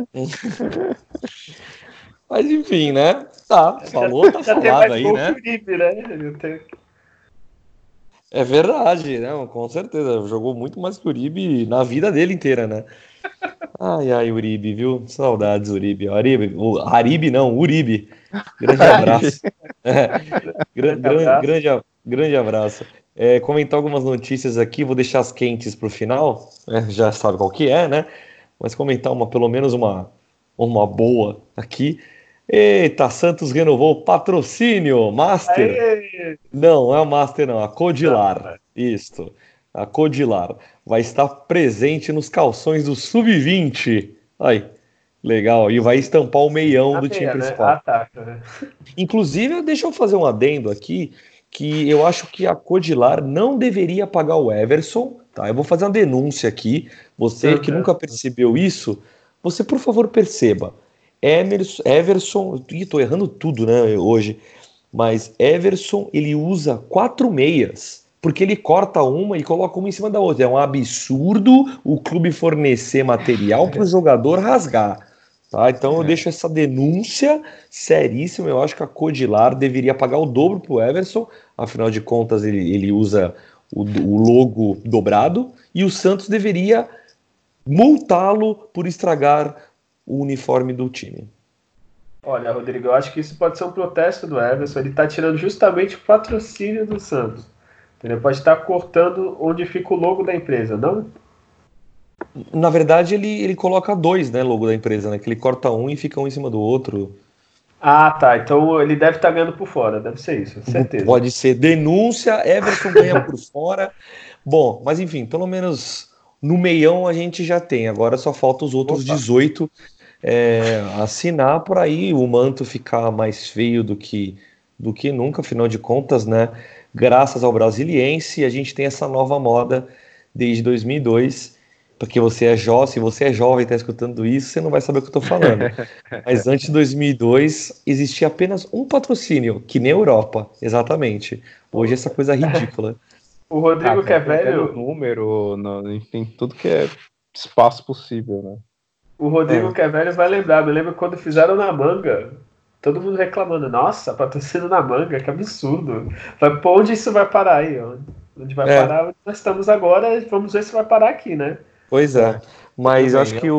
Mas enfim, né? Tá, falou, tá Já tem falado mais aí, gol que o né? Uribe, né? Já tem- É verdade, né? Com certeza. Jogou muito mais que o Uribe na vida dele inteira, né? Ai, ai, Uribe, viu? Saudades, Uribe. Aribe não, Uribe. Grande abraço. Grande abraço. Grande abraço. Comentar algumas notícias aqui, vou deixar as quentes para o final, já sabe qual que é, né? Mas comentar pelo menos uma boa aqui. Eita, Santos renovou o patrocínio, Master. Aê! Não é a Master, não, a Não, Codilar. Isto. A Codilar vai estar presente nos calções do Sub-20. Aí, legal. E vai estampar o meião na do time meia, né? principal. Ataca, né? Inclusive, deixa eu fazer um adendo aqui, que eu acho que a Codilar não deveria pagar o Everson, tá? Eu vou fazer uma denúncia aqui. Você que nunca percebeu isso, você, por favor, perceba. Everson, ih, tô errando tudo, né, hoje. Mas Everson, ele usa 4 meias, porque ele corta uma e coloca uma em cima da outra. É um absurdo o clube fornecer material para o jogador rasgar. Tá? Então eu deixo essa denúncia seríssima. Eu acho que a Codilar deveria pagar o dobro para o Everson. Afinal de contas, ele usa o logo dobrado. E o Santos deveria multá-lo por estragar o uniforme do time. Olha, Rodrigo, eu acho que isso pode ser um protesto do Everson. Ele está tirando justamente o patrocínio do Santos. Ele pode estar cortando onde fica o logo da empresa, não? Na verdade, ele coloca 2, né, logo da empresa, né? Que ele corta um e fica um em cima do outro. Ah, tá. Então ele deve estar ganhando por fora. Deve ser isso, certeza. Pode ser denúncia, Everson ganha por fora. Bom, mas enfim, pelo menos no meião a gente já tem. Agora só falta os outros Opa. 18 assinar por aí, o manto ficar mais feio do que nunca, afinal de contas, né? Graças ao Brasiliense, a gente tem essa nova moda desde 2002. Porque você é jovem, se você é jovem e está escutando isso, você não vai saber o que eu estou falando. Mas antes de 2002, existia apenas um patrocínio, que nem a Europa, exatamente. Hoje essa coisa ridícula. O Rodrigo que é Pelo velho. número, enfim, tudo que é espaço possível, né? O Rodrigo que é velho vai lembrar. Me lembro quando fizeram na manga. Todo mundo reclamando, nossa, patrocínio na manga, que absurdo. Pra onde isso vai parar aí? Onde vai parar? Onde nós estamos agora, vamos ver se vai parar aqui, né? Pois é. Mas eu acho que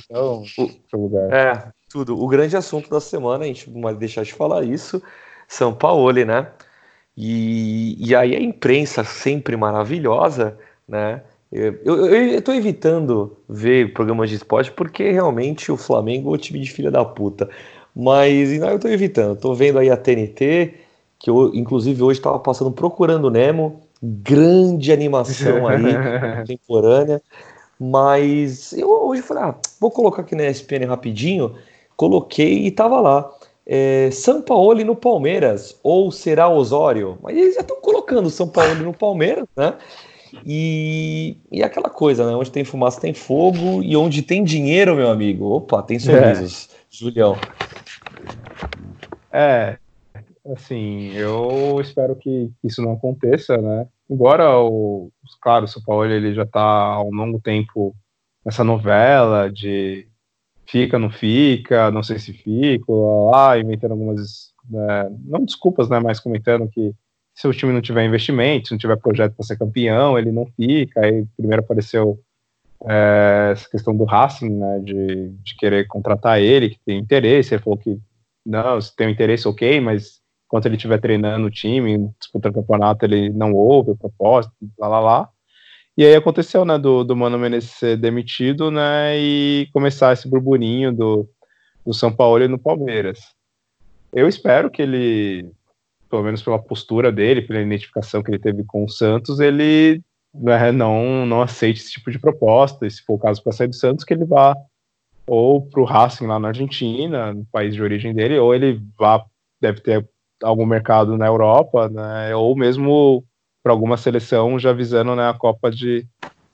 o grande assunto da semana, a gente não vai deixar de falar isso, Sampaoli, né? E aí a imprensa sempre maravilhosa, né? Eu tô evitando ver programas de esporte porque realmente o Flamengo é o time de filha da puta. Mas não, eu tô evitando. Tô vendo aí a TNT, que eu, inclusive hoje tava passando Procurando Nemo, grande animação aí, contemporânea. Mas eu hoje falei, vou colocar aqui na ESPN rapidinho. Coloquei e tava lá. Sampaoli no Palmeiras, ou será Osório? Mas eles já estão colocando Sampaoli no Palmeiras, né? E aquela coisa, né? Onde tem fumaça tem fogo, e onde tem dinheiro, meu amigo, opa, tem sorrisos. Julião. Assim, eu espero que isso não aconteça, né? Embora, claro, o São Paulo ele já está há um longo tempo nessa novela de fica, não fica, não sei se fica, lá, inventando algumas, não desculpas, né, mas comentando que se o time não tiver investimento, se não tiver projeto para ser campeão, ele não fica. Aí primeiro apareceu essa questão do Racing, né, de querer contratar ele, que tem interesse. Ele falou que não, se tem interesse, ok, mas enquanto ele estiver treinando o time, disputando o campeonato, ele não ouve a proposta, lá. E aí aconteceu, né, do Mano Menezes ser demitido, né, e começar esse burburinho do São Paulo no Palmeiras. Eu espero que ele, pelo menos pela postura dele, pela identificação que ele teve com o Santos, ele, né, não aceite esse tipo de proposta, e se for o caso para sair do Santos, que ele vá ou para o Racing lá na Argentina, no país de origem dele, ou ele deve ter algum mercado na Europa, né, ou mesmo para alguma seleção já visando, né, a Copa de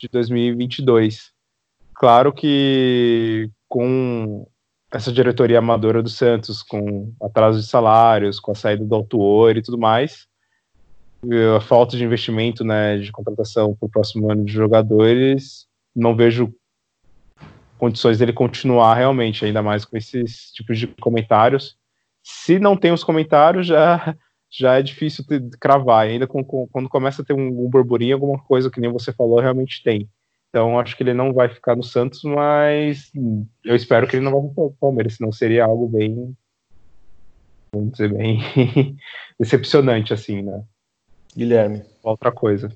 2022. Claro que com essa diretoria amadora do Santos, com atraso de salários, com a saída do Autuori e tudo mais, a falta de investimento, né, de contratação para o próximo ano de jogadores, não vejo condições dele continuar realmente, ainda mais com esses tipos de comentários. Se não tem os comentários, já é difícil cravar, ainda quando começa a ter um burburinho, alguma coisa que nem você falou, realmente tem. Então, acho que ele não vai ficar no Santos, mas eu espero que ele não vá para o Palmeiras, senão seria algo bem, vamos dizer, bem decepcionante, assim, né? Guilherme. Outra coisa.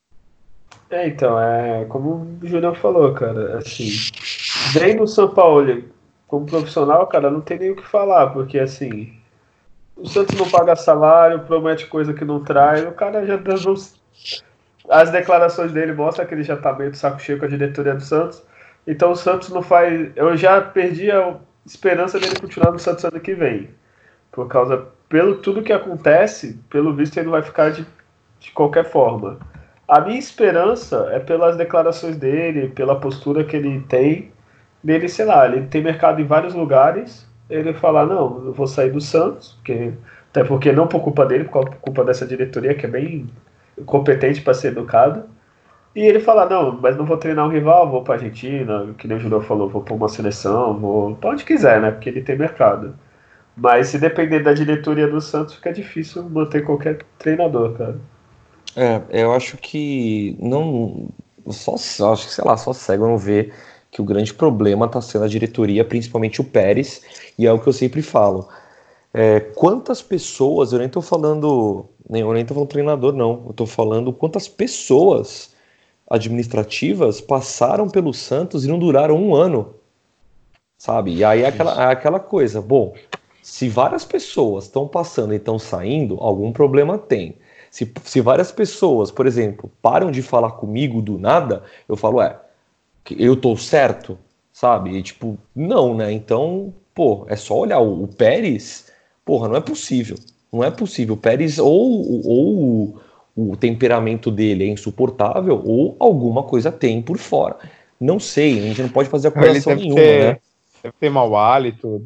Então, como o Julião falou, cara, assim, bem no São Paulo, como profissional, cara, não tem nem o que falar, porque, assim, o Santos não paga salário, promete coisa que não traz, o cara já deu as declarações dele mostram que ele já tá meio de saco cheio com a diretoria do Santos. Então o Santos não faz. Eu já perdi a esperança dele continuar no Santos ano que vem. Por causa. Pelo tudo que acontece, pelo visto ele vai ficar de qualquer forma. A minha esperança é pelas declarações dele, pela postura que ele tem. Dele, sei lá, ele tem mercado em vários lugares. Ele falar, não, eu vou sair do Santos, até porque não por culpa dele, por culpa dessa diretoria que é bem competente para ser educado. E ele fala, não, mas não vou treinar um rival, vou para Argentina, que nem o Júlio falou, vou para uma seleção, vou para onde quiser, né? Porque ele tem mercado. Mas se depender da diretoria do Santos, fica difícil manter qualquer treinador, cara. Eu acho que não. Acho que, sei lá, só cego não vê que o grande problema está sendo a diretoria, principalmente o Pérez, e é o que eu sempre falo. Quantas pessoas, eu nem tô falando treinador, não. Eu tô falando quantas pessoas administrativas passaram pelo Santos e não duraram um ano, sabe? E aí é aquela coisa, bom, se várias pessoas estão passando e estão saindo, algum problema tem. Se várias pessoas, por exemplo, param de falar comigo do nada, eu falo, eu tô certo, sabe? E tipo, não, né? Então, é só olhar o Pérez, não é possível. Não é possível. O Pérez ou o temperamento dele é insuportável ou alguma coisa tem por fora. Não sei, a gente não pode fazer acusação nenhuma, né? Deve ter mau hálito,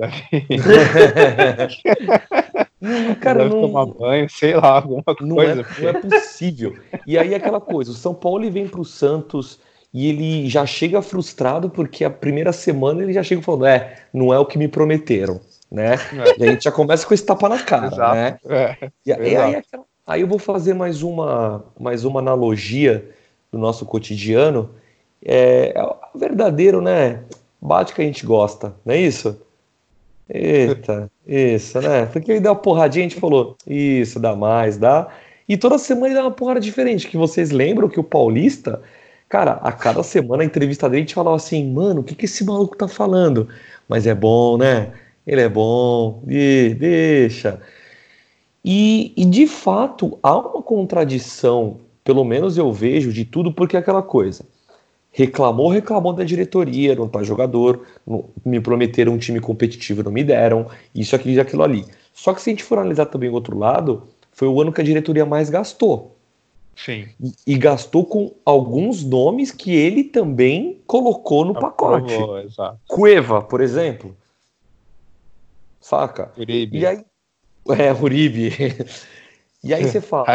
Cara, deve tomar banho, sei lá, alguma coisa. Não é possível. E aí aquela coisa, o São Paulo vem pro Santos e ele já chega frustrado porque a primeira semana ele já chega falando, não é o que me prometeram. né? E a gente já começa com esse tapa na cara, Exato. né? Aí eu vou fazer mais uma analogia do nosso cotidiano. É o verdadeiro, né? Bate que a gente gosta, não é isso? Eita, isso, né? Porque ele dá uma porradinha, a gente falou, isso, dá mais, dá. E toda semana ele dá uma porrada diferente, que vocês lembram que o Paulista, cara, a cada semana a entrevista dele a gente falava assim, mano, o que esse maluco tá falando? Mas é bom, né? Ele é bom, deixa. E de fato há uma contradição, pelo menos eu vejo, de tudo, porque é aquela coisa. Reclamou da diretoria, não tá jogador, me prometeram um time competitivo, não me deram, isso, aquilo e aquilo ali. Só que se a gente for analisar também o outro lado, foi o ano que a diretoria mais gastou. Sim. E gastou com alguns nomes que ele também colocou no pacote. Exato. Cueva, por exemplo. Saca? Uribe. E aí, Uribe. E aí você fala,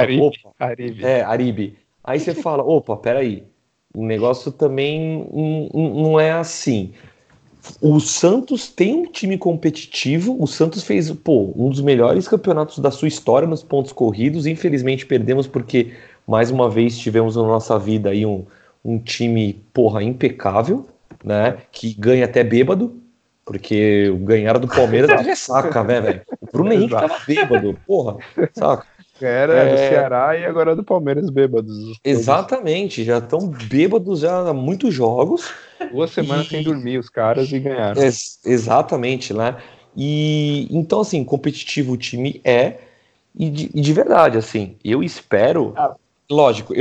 Aribe. Aí você fala, opa, peraí. O negócio também não é assim. O Santos tem um time competitivo. O Santos fez, um dos melhores campeonatos da sua história nos pontos corridos. Infelizmente perdemos porque, mais uma vez, tivemos na nossa vida aí um time, impecável, né? Que ganha até bêbado. Porque ganhar do Palmeiras é ressaca, né, velho? O Bruno Henrique tava bêbado, saca? Era do Ceará e agora do Palmeiras bêbados. Exatamente, já estão bêbados já há muitos jogos. 2 semanas sem dormir os caras e ganharam. Exatamente, né? E então, assim, competitivo o time é, e de verdade, assim, eu espero. Lógico,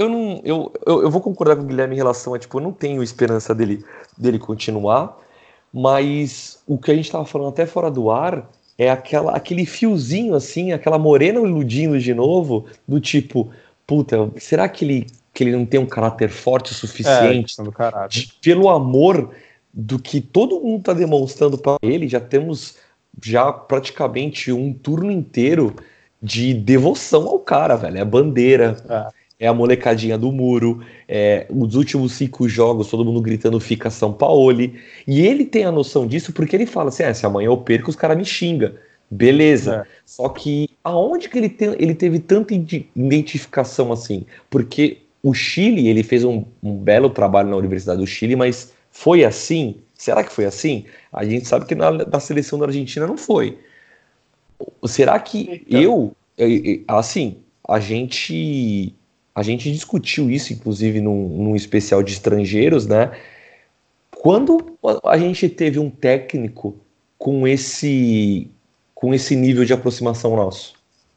eu vou concordar com o Guilherme em relação a, eu não tenho esperança dele continuar, mas o que a gente estava falando até fora do ar é aquele fiozinho, assim, aquela morena iludindo de novo, do tipo, puta, será que ele não tem um caráter forte o suficiente? Pelo amor do que todo mundo está demonstrando para ele, já temos praticamente um turno inteiro de devoção ao cara, velho. É a bandeira, é a molecadinha do muro, os últimos 5 jogos, todo mundo gritando fica São Paulo. E ele tem a noção disso porque ele fala assim, se amanhã eu perco, os caras me xingam. Beleza. Só que aonde que ele teve tanta identificação assim? Porque o Chile, ele fez um belo trabalho na Universidade do Chile, mas foi assim? Será que foi assim? A gente sabe que na seleção da Argentina não foi. Será que assim, a gente discutiu isso, inclusive, num especial de estrangeiros, né? Quando a gente teve um técnico com esse nível de aproximação nosso?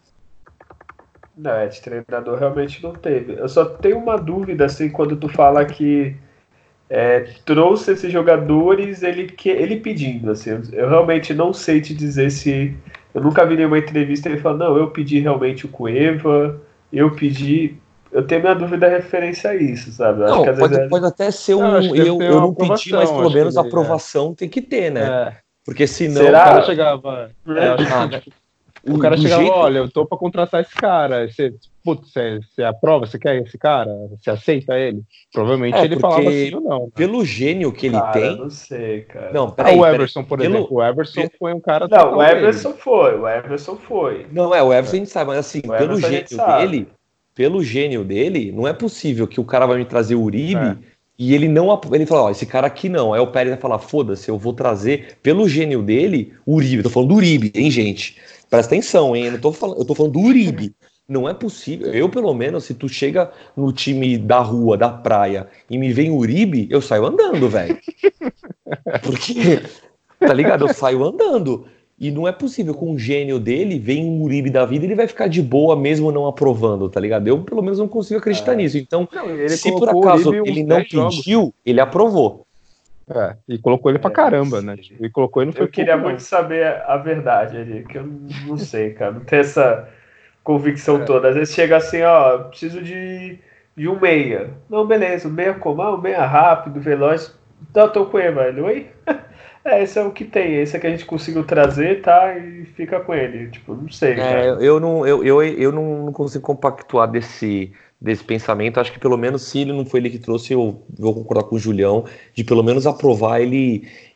Não, de treinador realmente não teve. Eu só tenho uma dúvida, assim, quando tu fala que trouxe esses jogadores ele pedindo, assim, eu realmente não sei te dizer se... Eu nunca vi nenhuma entrevista ele falando, não, eu pedi realmente o Cueva, eu tenho minha dúvida referência a isso, sabe? Não, acho que pode até ser eu não pedi, mas pelo menos a aprovação tem que ter, né? Porque senão... Será? O cara chegava... O cara chegava, olha, eu tô pra contratar esse cara. Você aprova? Você quer esse cara? Você aceita ele? Provavelmente ele falava sim ou não. Né? Pelo gênio que ele tem... não sei, cara. Não, peraí, o Everson, por exemplo. O Everson foi um cara... Não, o Everson foi. Não, o Everson a gente sabe, mas assim, pelo gênio dele, não é possível que o cara vai me trazer o Uribe e ele fala, esse cara aqui não. Aí o Pérez vai falar, foda-se, eu vou trazer, pelo gênio dele, o Uribe. Eu tô falando do Uribe, hein, gente? Presta atenção, hein? Eu tô falando do Uribe. Não é possível. Eu, pelo menos, se tu chega no time da rua, da praia, e me vem o Uribe, eu saio andando, velho. Porque, tá ligado? Eu saio andando. E não é possível, com o gênio dele, vem um Uribe da vida, ele vai ficar de boa mesmo não aprovando, tá ligado? Eu, pelo menos, não consigo acreditar nisso. Então, se por acaso ele não pediu, ele aprovou. E colocou ele pra caramba, né? E colocou ele no Eu queria muito saber a verdade ali, que eu não sei, cara. Não tem essa convicção toda. Às vezes chega assim, preciso de um meia. Não, beleza, o meia como? Um meia rápido, veloz. Então, tô com ele, velho. Oi? Esse é o que tem, esse é que a gente conseguiu trazer, tá? E fica com ele. Tipo, não sei, cara. Eu não consigo compactuar desse pensamento. Acho que pelo menos se ele não foi ele que trouxe, eu vou concordar com o Julião, de pelo menos aprovar ele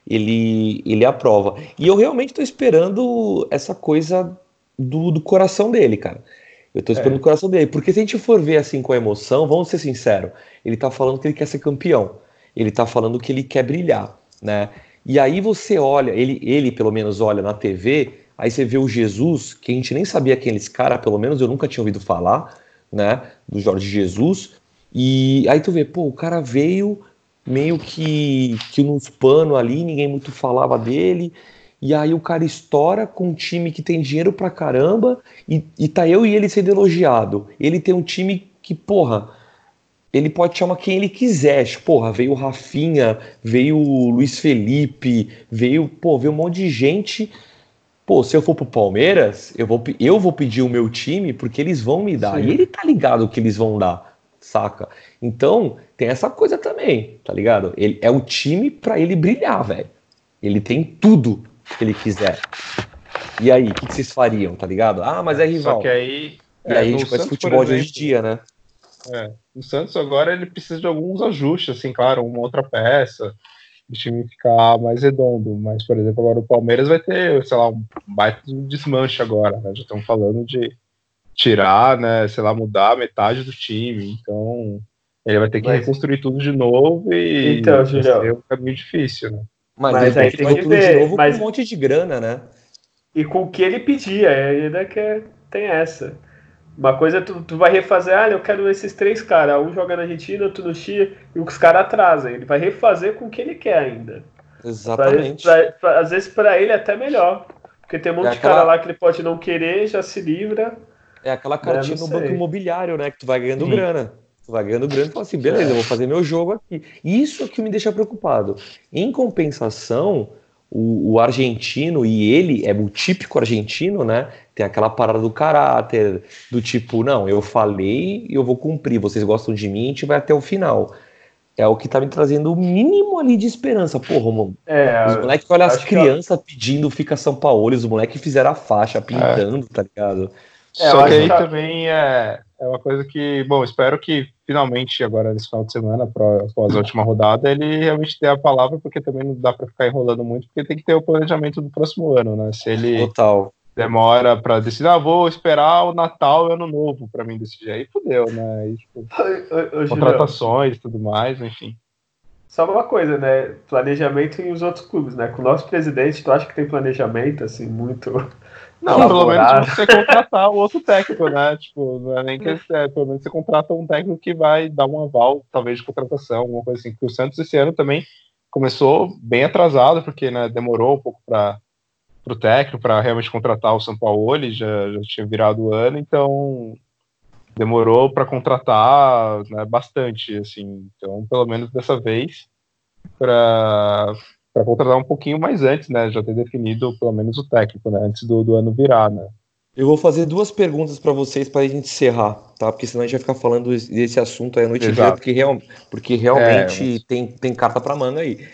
ele aprova. E eu realmente estou esperando essa coisa do coração dele, cara. Eu tô esperando o coração dele. Porque se a gente for ver assim com a emoção, vamos ser sinceros, ele tá falando que ele quer ser campeão. Ele tá falando que ele quer brilhar, né? E aí você olha, ele pelo menos olha na TV, aí você vê o Jesus, que a gente nem sabia quem é esse cara, pelo menos eu nunca tinha ouvido falar, né? Do Jorge Jesus. E aí tu vê, pô, o cara veio meio que nos panos ali, ninguém muito falava dele. E aí o cara estoura com um time que tem dinheiro pra caramba e tá eu e ele sendo elogiado. Ele tem um time que, porra, ele pode chamar quem ele quiser. Porra, veio o Rafinha, veio o Luiz Felipe, veio um monte de gente. Pô, se eu for pro Palmeiras, eu vou pedir o meu time porque eles vão me dar. Sim. E ele tá ligado que eles vão dar, saca? Então, tem essa coisa também, tá ligado? Ele é o time pra ele brilhar, velho. Ele tem tudo que ele quiser. E aí, o que vocês fariam, tá ligado? Ah, mas é rival. Só que aí... E aí a gente conhece futebol de hoje em dia, né? O Santos agora ele precisa de alguns ajustes, assim, claro, uma outra peça, o time ficar mais redondo. Mas, por exemplo, agora o Palmeiras vai ter, sei lá, um baita desmanche agora, né? Já estamos falando de tirar, né, sei lá, mudar metade do time. Então, ele vai ter que reconstruir tudo de novo e então, vai ser um caminho difícil, né? Mas ele tem que tudo de novo com um monte de grana, né? E com o que ele pedia, ainda que tem essa. Uma coisa tu vai refazer, eu quero esses 3 caras, um joga na Argentina, outro no Chile, e os caras atrasam. Ele vai refazer com o que ele quer ainda. Exatamente. Às vezes pra ele é até melhor. Porque tem um monte de cara lá que ele pode não querer, já se livra. É aquela cartinha no banco imobiliário, né? Que tu vai ganhando grana. Tu vai ganhando grana e fala assim, beleza, eu vou fazer meu jogo aqui. Isso é que me deixa preocupado. Em compensação, o argentino, e ele é o típico argentino, né? Tem aquela parada do caráter, do tipo, não, eu falei e eu vou cumprir, vocês gostam de mim, a gente vai até o final. É o que tá me trazendo o mínimo ali de esperança. Porra, mano, os moleques olham as crianças pedindo fica São Paulo, os moleques fizeram a faixa, pintando, tá ligado? Só que aí também é uma coisa que, bom, espero que finalmente agora nesse final de semana, após a última rodada, ele realmente dê a palavra, porque também não dá para ficar enrolando muito, porque tem que ter o planejamento do próximo ano, né? Se ele demora para decidir, vou esperar o Natal e Ano Novo para mim decidir, aí fudeu, né? Aí, tipo, contratações e tudo mais, enfim. Só uma coisa, né? Planejamento em os outros clubes, né? Com o nosso presidente, tu acha que tem planejamento, assim, muito... Não, pelo menos você contratar o outro técnico, né? Tipo, não é nem que pelo menos você contrata um técnico que vai dar um aval, talvez, de contratação, alguma coisa assim. Porque o Santos esse ano também começou bem atrasado, porque, né, demorou um pouco para o técnico, para realmente contratar o Sampaoli, já tinha virado o ano, então demorou para contratar, né, bastante, assim. Então, pelo menos dessa vez, para contratar um pouquinho mais antes, né? Já ter definido pelo menos o técnico, né? Antes do ano virar, né? Eu vou fazer 2 perguntas para vocês para a gente encerrar, tá? Porque senão a gente vai ficar falando desse assunto aí a noite inteira, porque realmente tem carta para manga aí.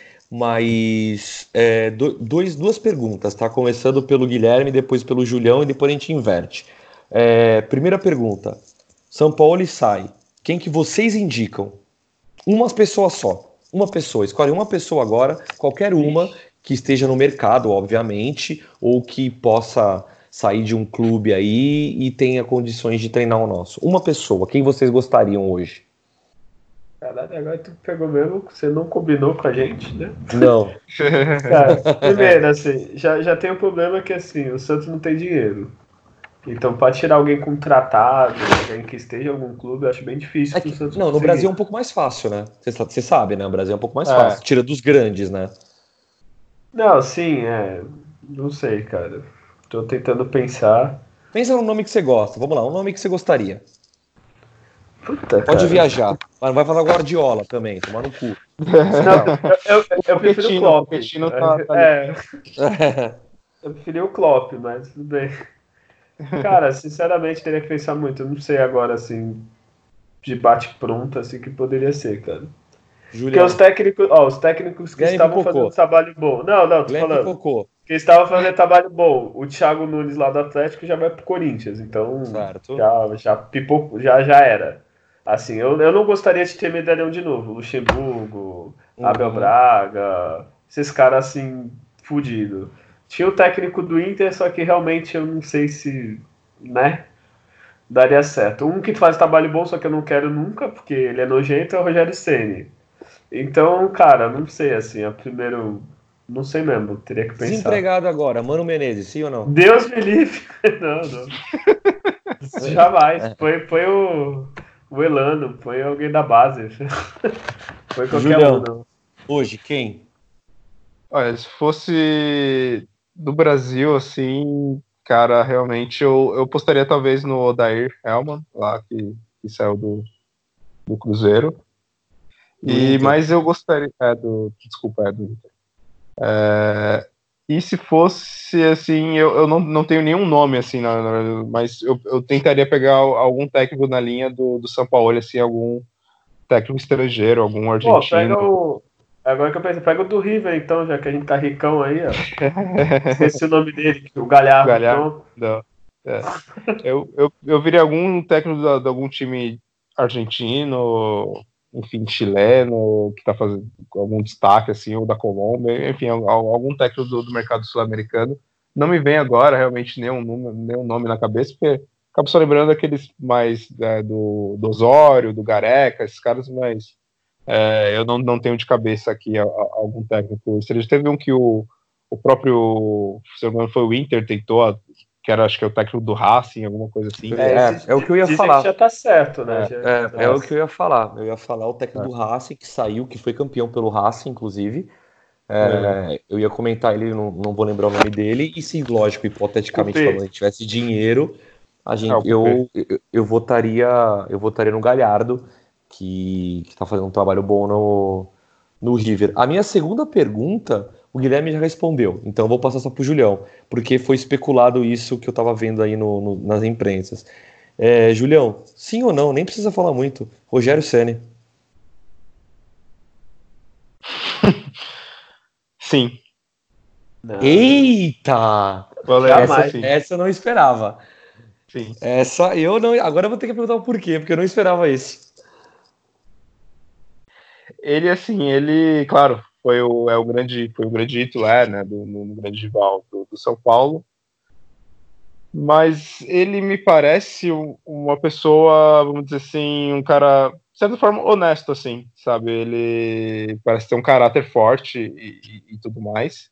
Mas 2 perguntas, tá? Começando pelo Guilherme, depois pelo Julião e depois a gente inverte. Primeira pergunta: São Paulo sai. Quem que vocês indicam? Uma pessoa só. Uma pessoa, escolhe uma pessoa agora, qualquer uma que esteja no mercado, obviamente, ou que possa sair de um clube aí e tenha condições de treinar o nosso. Uma pessoa, quem vocês gostariam hoje? Caralho, agora tu pegou mesmo, você não combinou com a gente, né? Não. Cara, primeiro, assim, já tem um problema que, assim, o Santos não tem dinheiro. Então, para tirar alguém contratado, alguém que esteja em algum clube, eu acho bem difícil. No Brasil é um pouco mais fácil, né? Você sabe, né? O Brasil é um pouco mais fácil. Tira dos grandes, né? Não, sim, não sei, cara. Tô tentando pensar. Pensa no nome que você gosta. Vamos lá, um nome que você gostaria. Puta, pode viajar. Mas não vai falar Guardiola também, tomar no cu. Não, eu prefiro o Klopp. Eu preferi o Klopp, mas tudo bem. Cara, sinceramente, teria que pensar muito. Eu não sei agora, assim, de bate-pronto, assim, que poderia ser, cara. Porque os técnicos que estavam fazendo trabalho bom. Não, tô falando. Que estavam fazendo trabalho bom. O Thiago Nunes lá do Atlético já vai pro Corinthians. Então, já pipou, já era. Assim, eu não gostaria de ter medalhão de novo. Luxemburgo, Abel Braga, esses caras assim, fudidos. Tinha o técnico do Inter, só que realmente eu não sei se, né, daria certo. Um que faz trabalho bom, só que eu não quero nunca, porque ele é nojento, é o Rogério Ceni. Então, cara, não sei, assim, a primeiro, não sei mesmo, teria que pensar. Desempregado agora, Mano Menezes, sim ou não? Deus me livre. Não, não. Jamais. Põe o Elano, põe alguém da base. Põe qualquer Julião, um, não. hoje, quem? Olha, se fosse do Brasil, assim, cara, realmente eu postaria talvez no Odair Helman, lá que saiu do Cruzeiro. Do Inter. Mas eu gostaria. Desculpa, é do Inter. E se fosse assim, eu não tenho nenhum nome assim, mas eu tentaria pegar algum técnico na linha do São Paulo, assim, algum técnico estrangeiro, algum argentino. Pô, pega o. Agora que eu pensei, pega o do River então, já que a gente tá ricão aí, ó. Esqueci o nome dele, o Galhardo. Galhardo. Não. Eu viria algum técnico de algum time argentino, enfim, chileno, que está fazendo algum destaque, assim, ou da Colômbia, enfim, algum técnico do mercado sul-americano. Não me vem agora realmente nenhum nome na cabeça, porque acabo só lembrando aqueles mais do Osório, do Gareca, esses caras, mas eu não tenho de cabeça aqui algum técnico estrangeiro. Teve um que o próprio, se não me engano, foi o Inter, tentou, que era, acho que é o técnico do Racing, alguma coisa assim. É o que eu ia falar. Que já tá certo, né? É o que eu ia falar. Eu ia falar o técnico do Racing, que saiu, que foi campeão pelo Racing, inclusive. Eu ia comentar ele, não vou lembrar o nome dele. E se, lógico, hipoteticamente falando, a gente tivesse dinheiro, eu votaria no Galhardo, que tá fazendo um trabalho bom no River. A minha segunda pergunta, o Guilherme já respondeu, então eu vou passar só pro Julião, porque foi especulado isso que eu tava vendo aí nas imprensas. Julião, sim ou não? Nem precisa falar muito. Rogério Ceni. Sim. Não. Eita! Essa eu não esperava. Sim. Essa eu não. Agora eu vou ter que perguntar o porquê, porque eu não esperava isso. Ele, assim, ele, claro, foi o grande titular, né, no grande rival do São Paulo, mas ele me parece uma pessoa, vamos dizer assim, um cara, de certa forma, honesto, assim, sabe? Ele parece ter um caráter forte e tudo mais.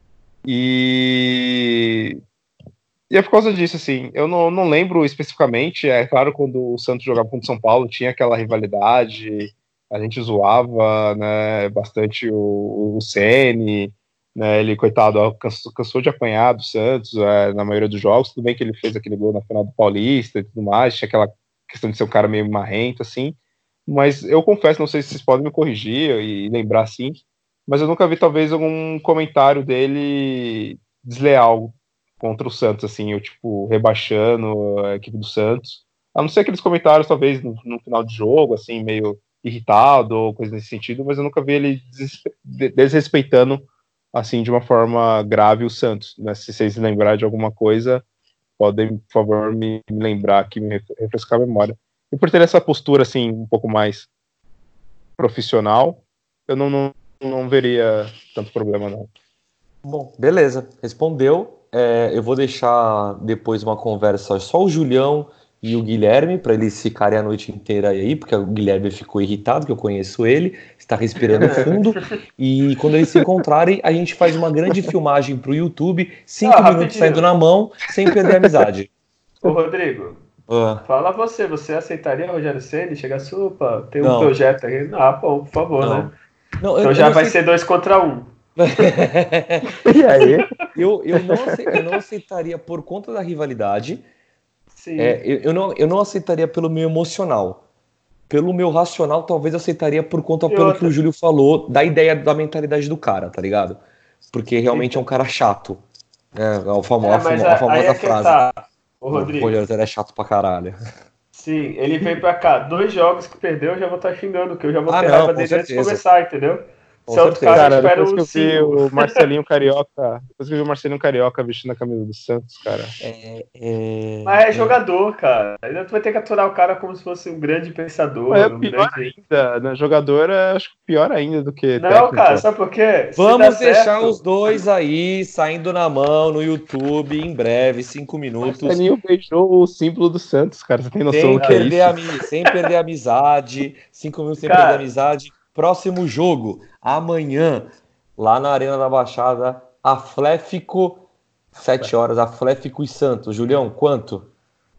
E é por causa disso, assim, eu não lembro especificamente, é claro, quando o Santos jogava contra o São Paulo, tinha aquela rivalidade, a gente zoava, né, bastante o Ceni, né, ele, coitado, cansou de apanhar do Santos na maioria dos jogos, tudo bem que ele fez aquele gol na final do Paulista e tudo mais, tinha aquela questão de ser um cara meio marrento, assim, mas eu confesso, não sei se vocês podem me corrigir e lembrar, assim, mas eu nunca vi, talvez, algum comentário dele desleal contra o Santos, assim, eu, tipo, rebaixando a equipe do Santos. A não ser aqueles comentários, talvez, no final de jogo, assim, meio irritado ou coisa nesse sentido, mas eu nunca vi ele desrespeitando, assim, de uma forma grave o Santos, né? Se vocês lembrarem de alguma coisa, podem, por favor, me lembrar aqui, me refrescar a memória. E por ter essa postura, assim, um pouco mais profissional, eu não veria tanto problema, não. Bom, beleza. Respondeu. Eu vou deixar depois uma conversa só o Julião e o Guilherme, para eles ficarem a noite inteira aí, porque o Guilherme ficou irritado, que eu conheço ele, está respirando fundo. E quando eles se encontrarem, a gente faz uma grande filmagem para o YouTube, 5 minutos rapidinho. Saindo na mão, sem perder a amizade. Ô, Rodrigo, fala você aceitaria Rogério Ceni? Chega assim, opa, tem um projeto aqui. Ah, bom, por favor, né? Não, então já vai ser 2 contra 1. E aí? Eu não aceitaria por conta da rivalidade. Sim. Eu não aceitaria pelo meu emocional. Pelo meu racional, talvez eu aceitaria por conta pelo que o Júlio falou, da ideia da mentalidade do cara, tá ligado? Porque realmente é um cara chato. A famosa frase. Tá. O Rodrigo. O Rogério é chato pra caralho. Sim, ele veio pra cá. 2 jogos que perdeu, eu já vou estar xingando, que eu já vou ter raiva dele antes de começar, entendeu? Se é outro cara, cara, espera depois que eu vi o Marcelinho Carioca, vestindo a camisa do Santos, cara. Mas é jogador, cara. Ainda tu vai ter que aturar o cara como se fosse um grande pensador. Mas é pior ainda, né? Jogador é, acho que pior ainda do que não, técnico. cara, sabe por quê? Vamos deixar os dois aí saindo na mão no YouTube em breve, 5 minutos. Marcelinho beijou o símbolo do Santos, cara. Você tem noção do que é isso? Sem perder a amizade, 5 minutos sem perder a amizade. Próximo jogo, amanhã, lá na Arena da Baixada, Atlético, 7 horas, Atlético e Santos. Julião, quanto?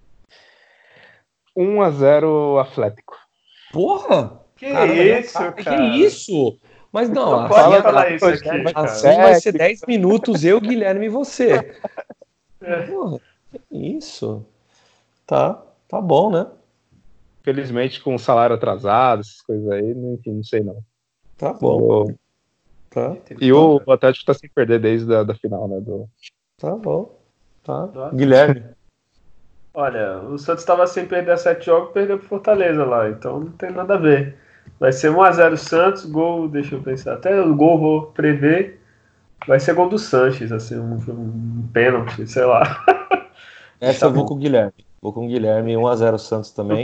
1-0 Atlético. Porra! Que isso, cara? Que isso? Mas não, pode falar isso aqui, assim vai ser 10 minutos, eu, Guilherme e você. Porra, que isso? Tá bom, né? Felizmente, com o salário atrasado, essas coisas aí, enfim, não sei não. Tá bom. Tá. E o Atlético tá sem perder desde a final, né? Tá bom. Tá. Guilherme. Olha, o Santos estava sem perder 7 jogos e perdeu pro Fortaleza lá, então não tem nada a ver. Vai ser 1-0 Santos, gol, deixa eu pensar, até o gol vou prever, vai ser gol do Sanches, assim, um pênalti, sei lá. Essa eu vou com o Guilherme. Vou com o Guilherme, 1-0 Santos também.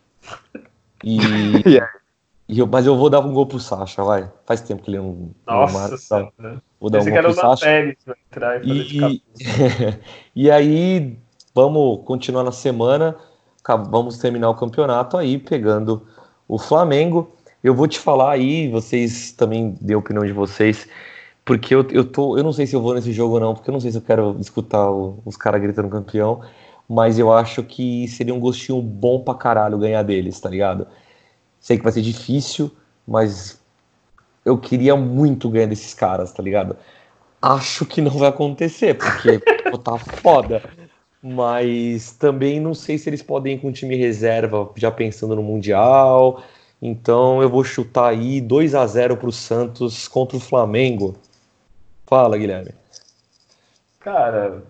Mas eu vou dar um gol pro Sacha, vai. Faz tempo que ele não... Nossa Senhora. Vou dar um gol pro Sacha. Pérez, vai entrar e fazer de e aí, vamos continuar na semana, vamos terminar o campeonato aí, pegando o Flamengo. Eu vou te falar aí, vocês também dêem a opinião de vocês, porque eu não sei se eu vou nesse jogo ou não, porque eu não sei se eu quero escutar os caras gritando campeão, mas eu acho que seria um gostinho bom pra caralho ganhar deles, tá ligado? Sei que vai ser difícil, mas eu queria muito ganhar desses caras, tá ligado? Acho que não vai acontecer, porque tá foda. Mas também não sei se eles podem ir com time reserva, já pensando no Mundial. Então eu vou chutar aí 2-0 pro Santos contra o Flamengo. Fala, Guilherme. Cara,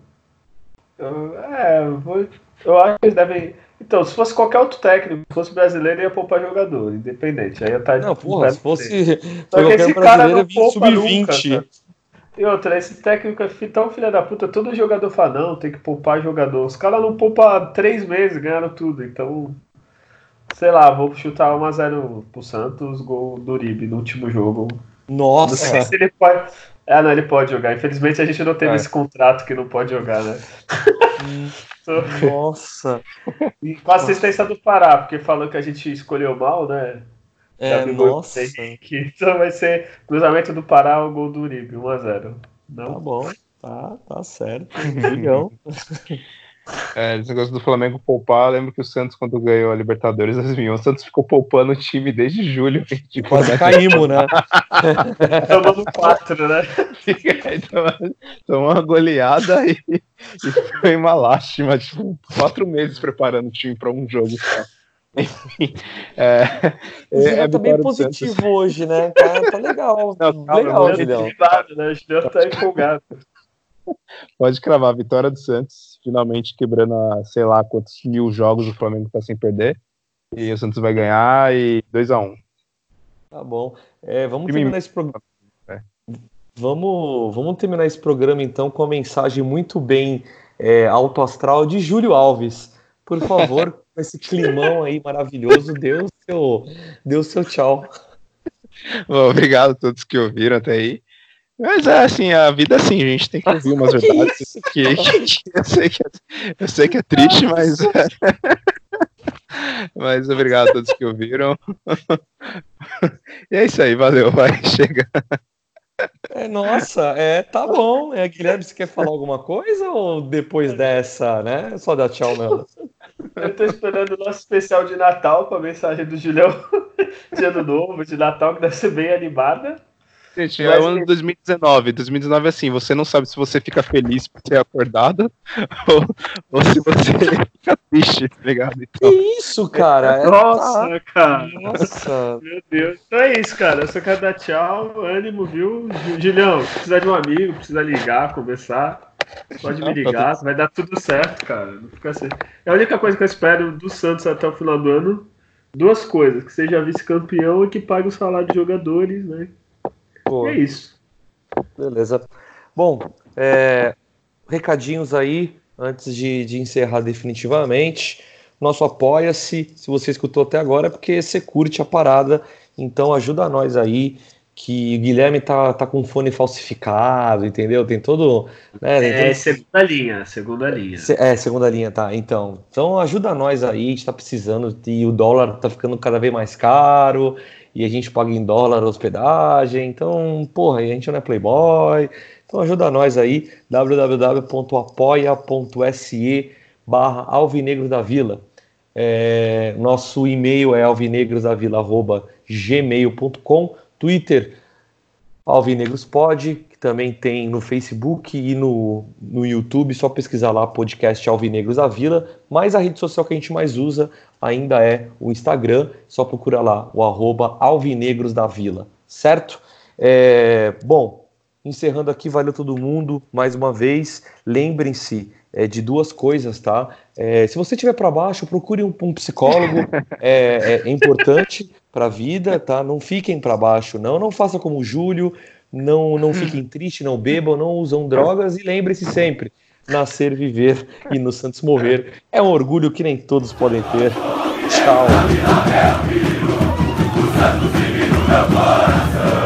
eu acho que eles devem... Então, se fosse qualquer outro técnico, se fosse brasileiro, ia poupar jogador, independente. Aí ia estar não, porra, se fosse qualquer brasileiro, ia sub-20. E outra, esse técnico é tão filha da puta, todo jogador fala, não, tem que poupar jogador. Os caras não poupam 3 meses, ganharam tudo. Então, sei lá, vou chutar 1-0 pro Santos, gol do Uribe no último jogo. Nossa! Não sei se ele pode... não, ele pode jogar. Infelizmente a gente não teve esse contrato que não pode jogar, né? Nossa! E com a assistência do Pará, porque falou que a gente escolheu mal, né? Nossa! Então vai ser cruzamento do Pará, o gol do Uribe, 1-0. Não? Tá bom, tá certo. Julião. Esse negócio do Flamengo poupar, eu lembro que o Santos, quando ganhou a Libertadores 2001, o Santos ficou poupando o time desde julho. Quase caímos, né? Tomamos 4, né? Tomou uma goleada e foi uma lástima. Tipo, 4 meses preparando o time para um jogo só. Enfim, tá bem positivo hoje, né? Tá legal. Legal, Julião. O Julião tá empolgado. Pode cravar, a vitória do Santos, finalmente quebrando sei lá quantos 1000 jogos o Flamengo tá sem perder. E o Santos vai ganhar e 2-1. Tá bom. Vamos terminar esse programa. Vamos terminar esse programa então com a mensagem muito bem alto astral de Júlio Alves. Por favor, com esse climão aí maravilhoso, dê o seu tchau. Bom, obrigado a todos que ouviram até aí. Mas assim, a vida é assim, a gente tem que ouvir umas verdades que eu sei que é triste, mas obrigado a todos que ouviram. E é isso aí, valeu, vai, chega. Tá bom. Guilherme, você quer falar alguma coisa ou depois dessa, né? Só dar tchau mesmo. Eu tô esperando o nosso especial de Natal com a mensagem do Julião de Ano Novo, de Natal, que deve ser bem animada. Gente, é o ano de 2019. 2019 é assim, você não sabe se você fica feliz por ter acordado ou se você fica triste, tá ligado? Então... Que isso, cara? Nossa, cara. Nossa. Meu Deus. Então é isso, cara. Eu só quero dar tchau, ânimo, viu? Julião, se precisar de um amigo, precisa ligar, conversar, pode me ligar, vai dar tudo certo, cara. Não fica assim. É a única coisa que eu espero do Santos até o final do ano, 2 coisas, que seja vice-campeão e que pague o salário de jogadores, né? É isso. Beleza. Bom, recadinhos aí, antes de encerrar definitivamente. Nosso Apoia-se, se você escutou até agora, é porque você curte a parada, então ajuda nós aí, que o Guilherme tá com fone falsificado, entendeu? Tem todo... Né, segunda linha. Segunda linha, tá. Então ajuda nós aí, a gente tá precisando, e o dólar tá ficando cada vez mais caro, e a gente paga em dólar a hospedagem, então, porra, a gente não é playboy, então ajuda nós aí, www.apoia.se/Alvinegros da Vila. Nosso e-mail é alvinegrosdavila@gmail.com, Twitter AlvinegrosPod, que também tem no Facebook e no YouTube, só pesquisar lá podcast Alvinegros da Vila, mas a rede social que a gente mais usa ainda é o Instagram, só procura lá o @Alvinegros da Vila, certo? Bom, encerrando aqui, valeu todo mundo, mais uma vez, lembrem-se de duas coisas, tá? Se você estiver para baixo, procure um psicólogo, é importante para a vida, tá? Não fiquem para baixo, não faça como o Júlio, não fiquem tristes, não bebam, não usam drogas e lembre-se sempre, nascer, viver e no Santos morrer é um orgulho que nem todos podem ter. Tchau.